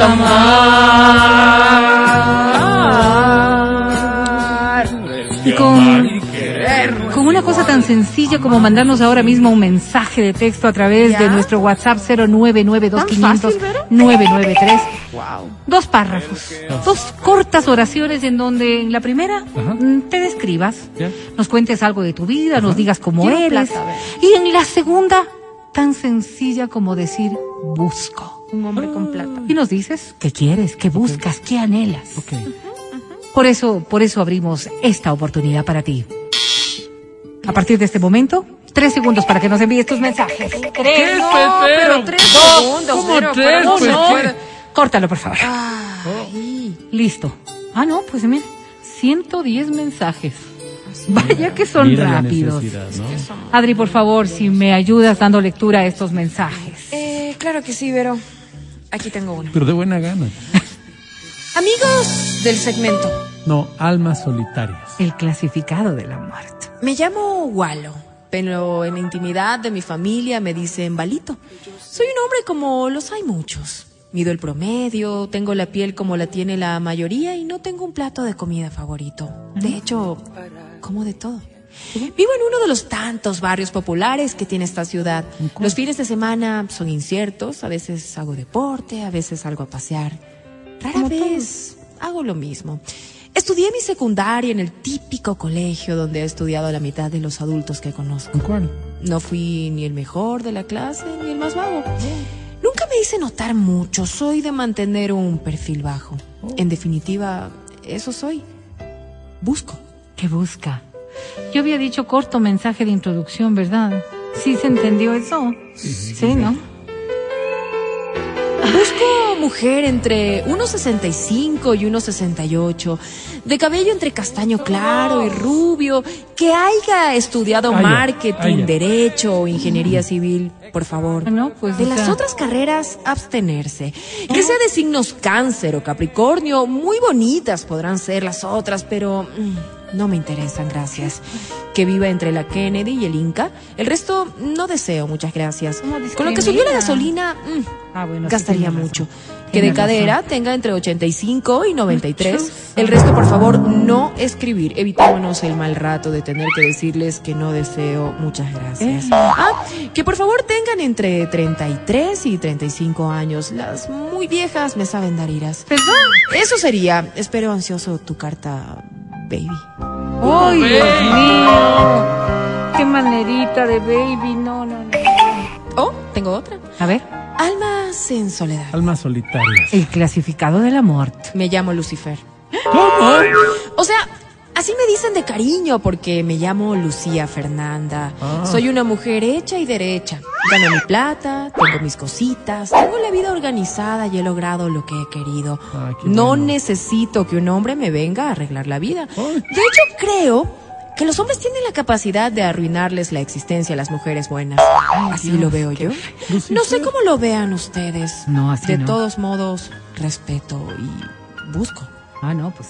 amar. Y con, con una cosa tan sencilla como mandarnos ahora mismo un mensaje de texto a través ¿Ya? de nuestro WhatsApp cero nueve nueve dos ¿Tan quinientos fácil, Vero? nueve nueve tres. Wow. Dos párrafos, dos cortas oraciones en donde en la primera mm, te describas, ¿Ya? nos cuentes algo de tu vida, nos digas cómo Quiero eres. plata, a ver. Y en la segunda, tan sencilla como decir busco. Un hombre con plata. Y nos dices qué quieres, qué buscas, qué anhelas. Ok. Por eso, por eso abrimos esta oportunidad para ti. A partir de este momento, tres segundos para que nos envíes tus mensajes. Tres, no, Petero? pero tres Dos. segundos. ¿Cómo Vero, tres, pero pues, no. qué? Córtalo, por favor. Ay. Listo. Ah, no, pues mira, ciento diez mensajes. Vaya que son Mira la rápidos. necesidad, ¿no? Adri, por favor, si me ayudas dando lectura a estos mensajes. Eh, claro que sí, Vero. Aquí tengo uno. Pero de buena gana. Amigos del segmento, No, almas solitarias. El clasificado de la muerte. me llamo Walo, pero en la intimidad de mi familia me dicen Balito. Soy un hombre como los hay muchos. Mido el promedio, tengo la piel como la tiene la mayoría y no tengo un plato de comida favorito. De hecho, como de todo. Vivo en uno de los tantos barrios populares que tiene esta ciudad. Los fines de semana son inciertos, a veces hago deporte, a veces salgo a pasear. Rara vez hago lo mismo. Estudié mi secundaria en el típico colegio donde he estudiado la mitad de los adultos que conozco. ¿En cuál? No fui ni el mejor de la clase ni el más vago. Nunca me hice notar mucho, soy de mantener un perfil bajo. En definitiva, eso soy. Busco. ¿Qué busca? Yo había dicho corto mensaje de introducción, ¿verdad? ¿Sí se entendió eso? Sí, ¿no? Busco mujer entre uno sesenta y cinco y uno sesenta y ocho, de cabello entre castaño claro y rubio, que haya estudiado Haya, marketing, haya. derecho o ingeniería civil, por favor. No, pues, De o las sea- otras carreras, abstenerse. Que sea de signos cáncer o capricornio, muy bonitas podrán ser las otras, pero mm, no me interesan, gracias. Que viva entre la Kennedy y el Inca, el resto no deseo, muchas gracias. Con lo que subió la gasolina, mm, Ah, bueno, sí gastaría tienes mucho. razón. Que de Tienes cadera razón. tenga entre ochenta y cinco y noventa y tres. El resto, por favor, no escribir. Evitémonos el mal rato de tener que decirles que no deseo. Muchas gracias. Eh. Ah, que por favor tengan entre treinta y tres y treinta y cinco años. Las muy viejas me saben dar iras. ¿Perdón? Eso sería. Espero ansioso tu carta, baby. ¡Ay, Dios mío! ¡Qué manerita de baby! No, no, no. Oh, tengo otra. A ver. Almas en soledad. Almas solitarias. El clasificado de la muerte. Me llamo Lucifer. ¿Cómo? O sea, así me dicen de cariño porque me llamo Lucía Fernanda. Ah. Soy una mujer hecha y derecha. Gano mi plata, tengo mis cositas, tengo la vida organizada y he logrado lo que he querido. Ah, qué No bueno. necesito que un hombre me venga a arreglar la vida. Ay. De hecho, creo que los hombres tienen la capacidad de arruinarles la existencia a las mujeres buenas. Así Dios, lo veo qué yo. Lucifer. No sé cómo lo vean ustedes. No, así De no. todos modos, respeto y busco. Ah, no, pues.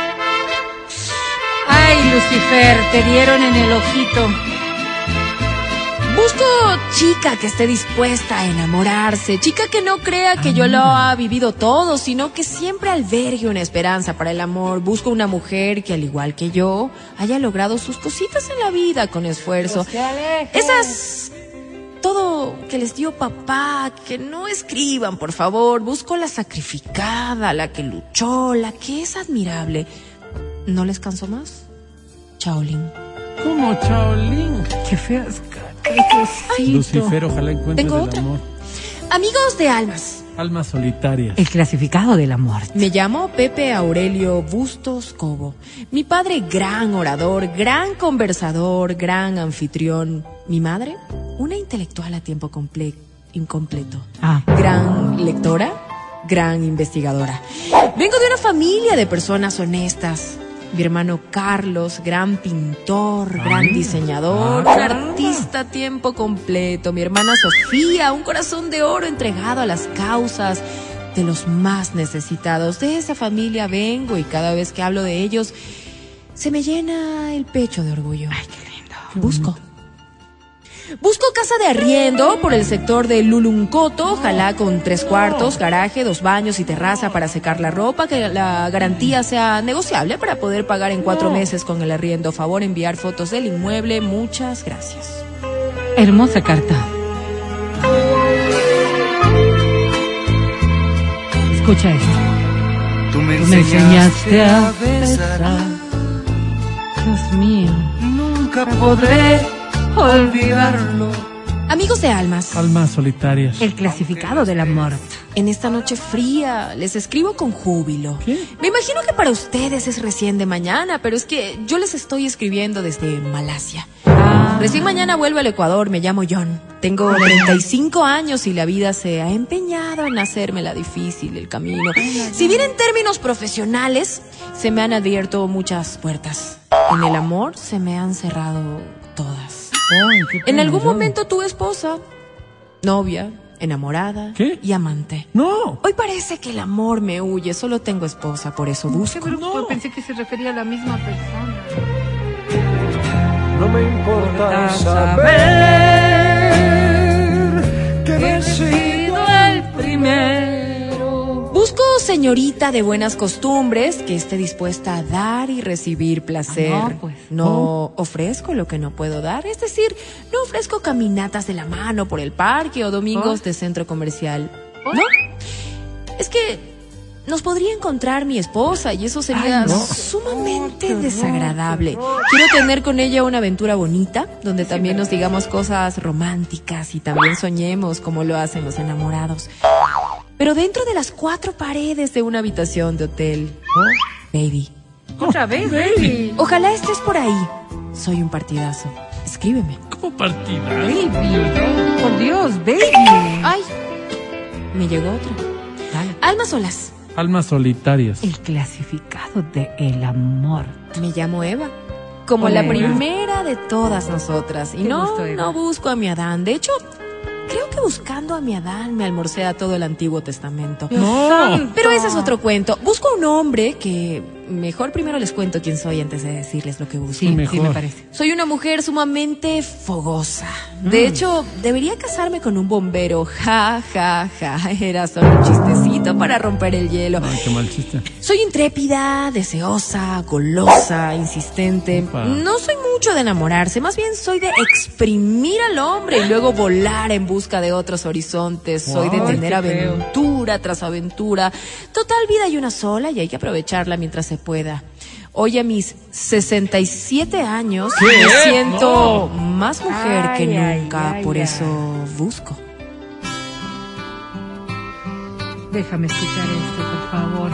Ay, Lucifer, te dieron en el ojito. Busco chica que esté dispuesta a enamorarse, chica que no crea que yo lo ha vivido todo, sino que siempre albergue una esperanza para el amor. Busco una mujer que, al igual que yo, haya logrado sus cositas en la vida con esfuerzo. Esas... todo que les dio papá, que no escriban, por favor. Busco la sacrificada, la que luchó, la que es admirable. ¿No les canso más? Chaolín. ¿Cómo, Chaolín? Qué feas. Lucifer, ojalá encuentres Tengo el otra. amor. Amigos de almas. Almas solitarias. El clasificado de la muerte. Me llamo Pepe Aurelio Bustos Cobo. Mi padre, gran orador, gran conversador, gran anfitrión. Mi madre, una intelectual a tiempo comple- incompleto. Ah. Gran lectora, gran investigadora. Vengo de una familia de personas honestas. Mi hermano Carlos, gran pintor, gran diseñador, Ah, un artista a tiempo completo. Mi hermana Sofía, un corazón de oro entregado a las causas de los más necesitados. De esa familia vengo y cada vez que hablo de ellos se me llena el pecho de orgullo. Ay, qué lindo. Busco. Busco casa de arriendo por el sector de Luluncoto, ojalá con tres cuartos, garaje, dos baños y terraza para secar la ropa, que la garantía sea negociable para poder pagar en cuatro meses con el arriendo. Favor enviar fotos del inmueble, muchas gracias. Hermosa carta. Escucha esto. Tú me Tú me enseñaste a besar. Dios mío. Nunca podré olvidarlo. Amigos de almas. Almas solitarias. El clasificado del amor. En esta noche fría les escribo con júbilo. ¿Qué? Me imagino que para ustedes es recién de mañana, pero es que yo les estoy escribiendo desde Malasia. Ah. Recién mañana vuelvo al Ecuador, me llamo John. Tengo treinta y cinco años y la vida se ha empeñado en hacérmela difícil el camino. Si bien en términos profesionales se me han abierto muchas puertas, en el amor se me han cerrado todas. Ay, qué pena, en algún John. momento tuve esposa, novia, enamorada. ¿Qué? Y amante. No. Hoy parece que el amor me huye, solo tengo esposa, por eso busco. Pero no. Pensé que se refería a la misma persona. No me importa saber que me he sido el primero. Busco señorita de buenas costumbres que esté dispuesta a dar y recibir placer. Ah, no, pues. No Oh. ofrezco lo que no puedo dar, es decir, no ofrezco caminatas de la mano por el parque o domingos Oh. de centro comercial. Oh. ¿No? Es que nos podría encontrar mi esposa y eso sería Ay, no. sumamente Oh, desagradable. Quiero tener con ella una aventura bonita, donde también nos digamos cosas románticas y también soñemos como lo hacen los enamorados. Pero dentro de las cuatro paredes de una habitación de hotel. Baby. Otra vez, baby. Ojalá estés por ahí. Soy un partidazo. Escríbeme. ¿Cómo partida? Baby. Por Dios, baby. Ay, me llegó otra. Dale. Almas solas. Almas solitarias. El clasificado de el amor. Me llamo Eva. Como Hola, la Eva. primera de todas nosotras. Y Qué no, gusto, Eva. no busco a mi Adán. De hecho, creo que buscando a mi Adán me almorcé a todo el Antiguo Testamento. No. Pero ese es otro cuento. Busco a un hombre que... Mejor primero les cuento quién soy antes de decirles lo que busco. Sí, mejor. Sí, me parece. Soy una mujer sumamente fogosa. De Mm. hecho, debería casarme con un bombero. Ja, ja, ja. Era solo un chistecito para romper el hielo. Ay, qué mal chiste. Soy intrépida, deseosa, golosa, insistente. Opa. No soy mucho de enamorarse, más bien soy de exprimir al hombre y luego volar en busca de otros horizontes. Soy de Ay, tener qué feo. aventura tras aventura. Total, vida hay una sola y hay que aprovecharla mientras se pueda. Hoy a mis sesenta y siete años ¿Qué? me siento No. más mujer Ay, que ay, nunca, ay, por ay. eso busco. Déjame escuchar esto, por favor.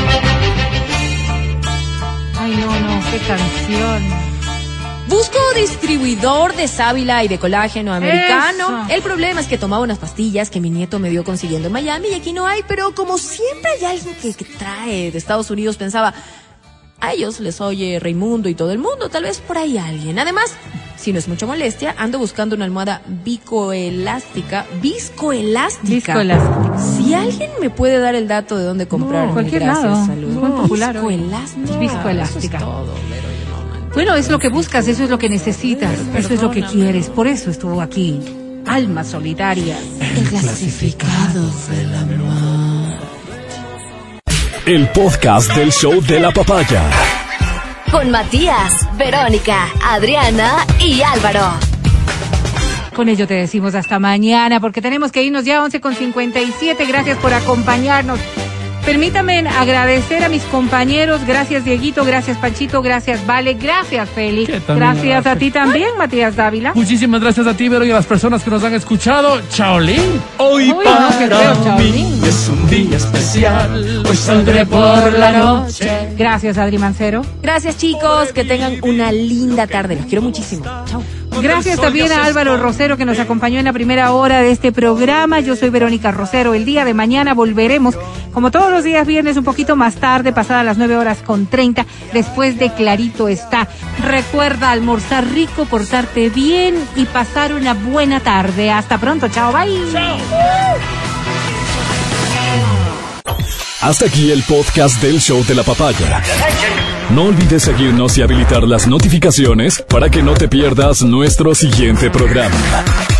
Ay, no, no, qué canción. Busco distribuidor de sábila y de colágeno americano. Eso. El problema es que tomaba unas pastillas que mi nieto me dio consiguiendo en Miami y aquí no hay, pero como siempre hay alguien que, que trae de Estados Unidos, pensaba, a ellos les oye Raimundo y todo el mundo, tal vez por ahí alguien. Además, si no es mucha molestia, ando buscando una almohada viscoelástica, viscoelástica. Viscoelástica. Si alguien me puede dar el dato de dónde comprar, No, cualquier gracias, lado. salud. Es muy popular hoy. Viscoelástica. Viscoelástica. Eso es todo, pero yo no, no entiendo. Bueno, es lo que buscas, eso es lo que necesitas, eso es lo que Perdóname. quieres. Por eso estuvo aquí. Almas solitarias. El clasificado del amor. El podcast del show de la papaya. Con Matías, Verónica, Adriana y Álvaro. Con ello te decimos hasta mañana, porque tenemos que irnos ya once con cincuenta y siete. Gracias por acompañarnos. Permítame agradecer a mis compañeros. Gracias, Dieguito. Gracias, Panchito. Gracias, Vale. Gracias, Feli. ¿Qué tal, Gracias gracias? a ti también, Matías Dávila. Muchísimas gracias a ti, Vero, y a las personas que nos han escuchado. Chaolín. Hoy Uy, no, qué para feo, mí Chaolín. es un día especial. Hoy saldré por la noche. Gracias, Adri Mancero. Gracias, chicos. Que tengan una linda tarde. Los quiero muchísimo. Chao. Gracias también a Álvaro Rosero, que nos acompañó en la primera hora de este programa. Yo soy Verónica Rosero. El día de mañana volveremos, como todos los días viernes, un poquito más tarde, pasadas las nueve horas con treinta, después de Clarito Está. Recuerda almorzar rico, portarte bien y pasar una buena tarde. Hasta pronto. Chao, bye. Chao. Hasta aquí el podcast del Show de la Papaya. No olvides seguirnos y habilitar las notificaciones para que no te pierdas nuestro siguiente programa.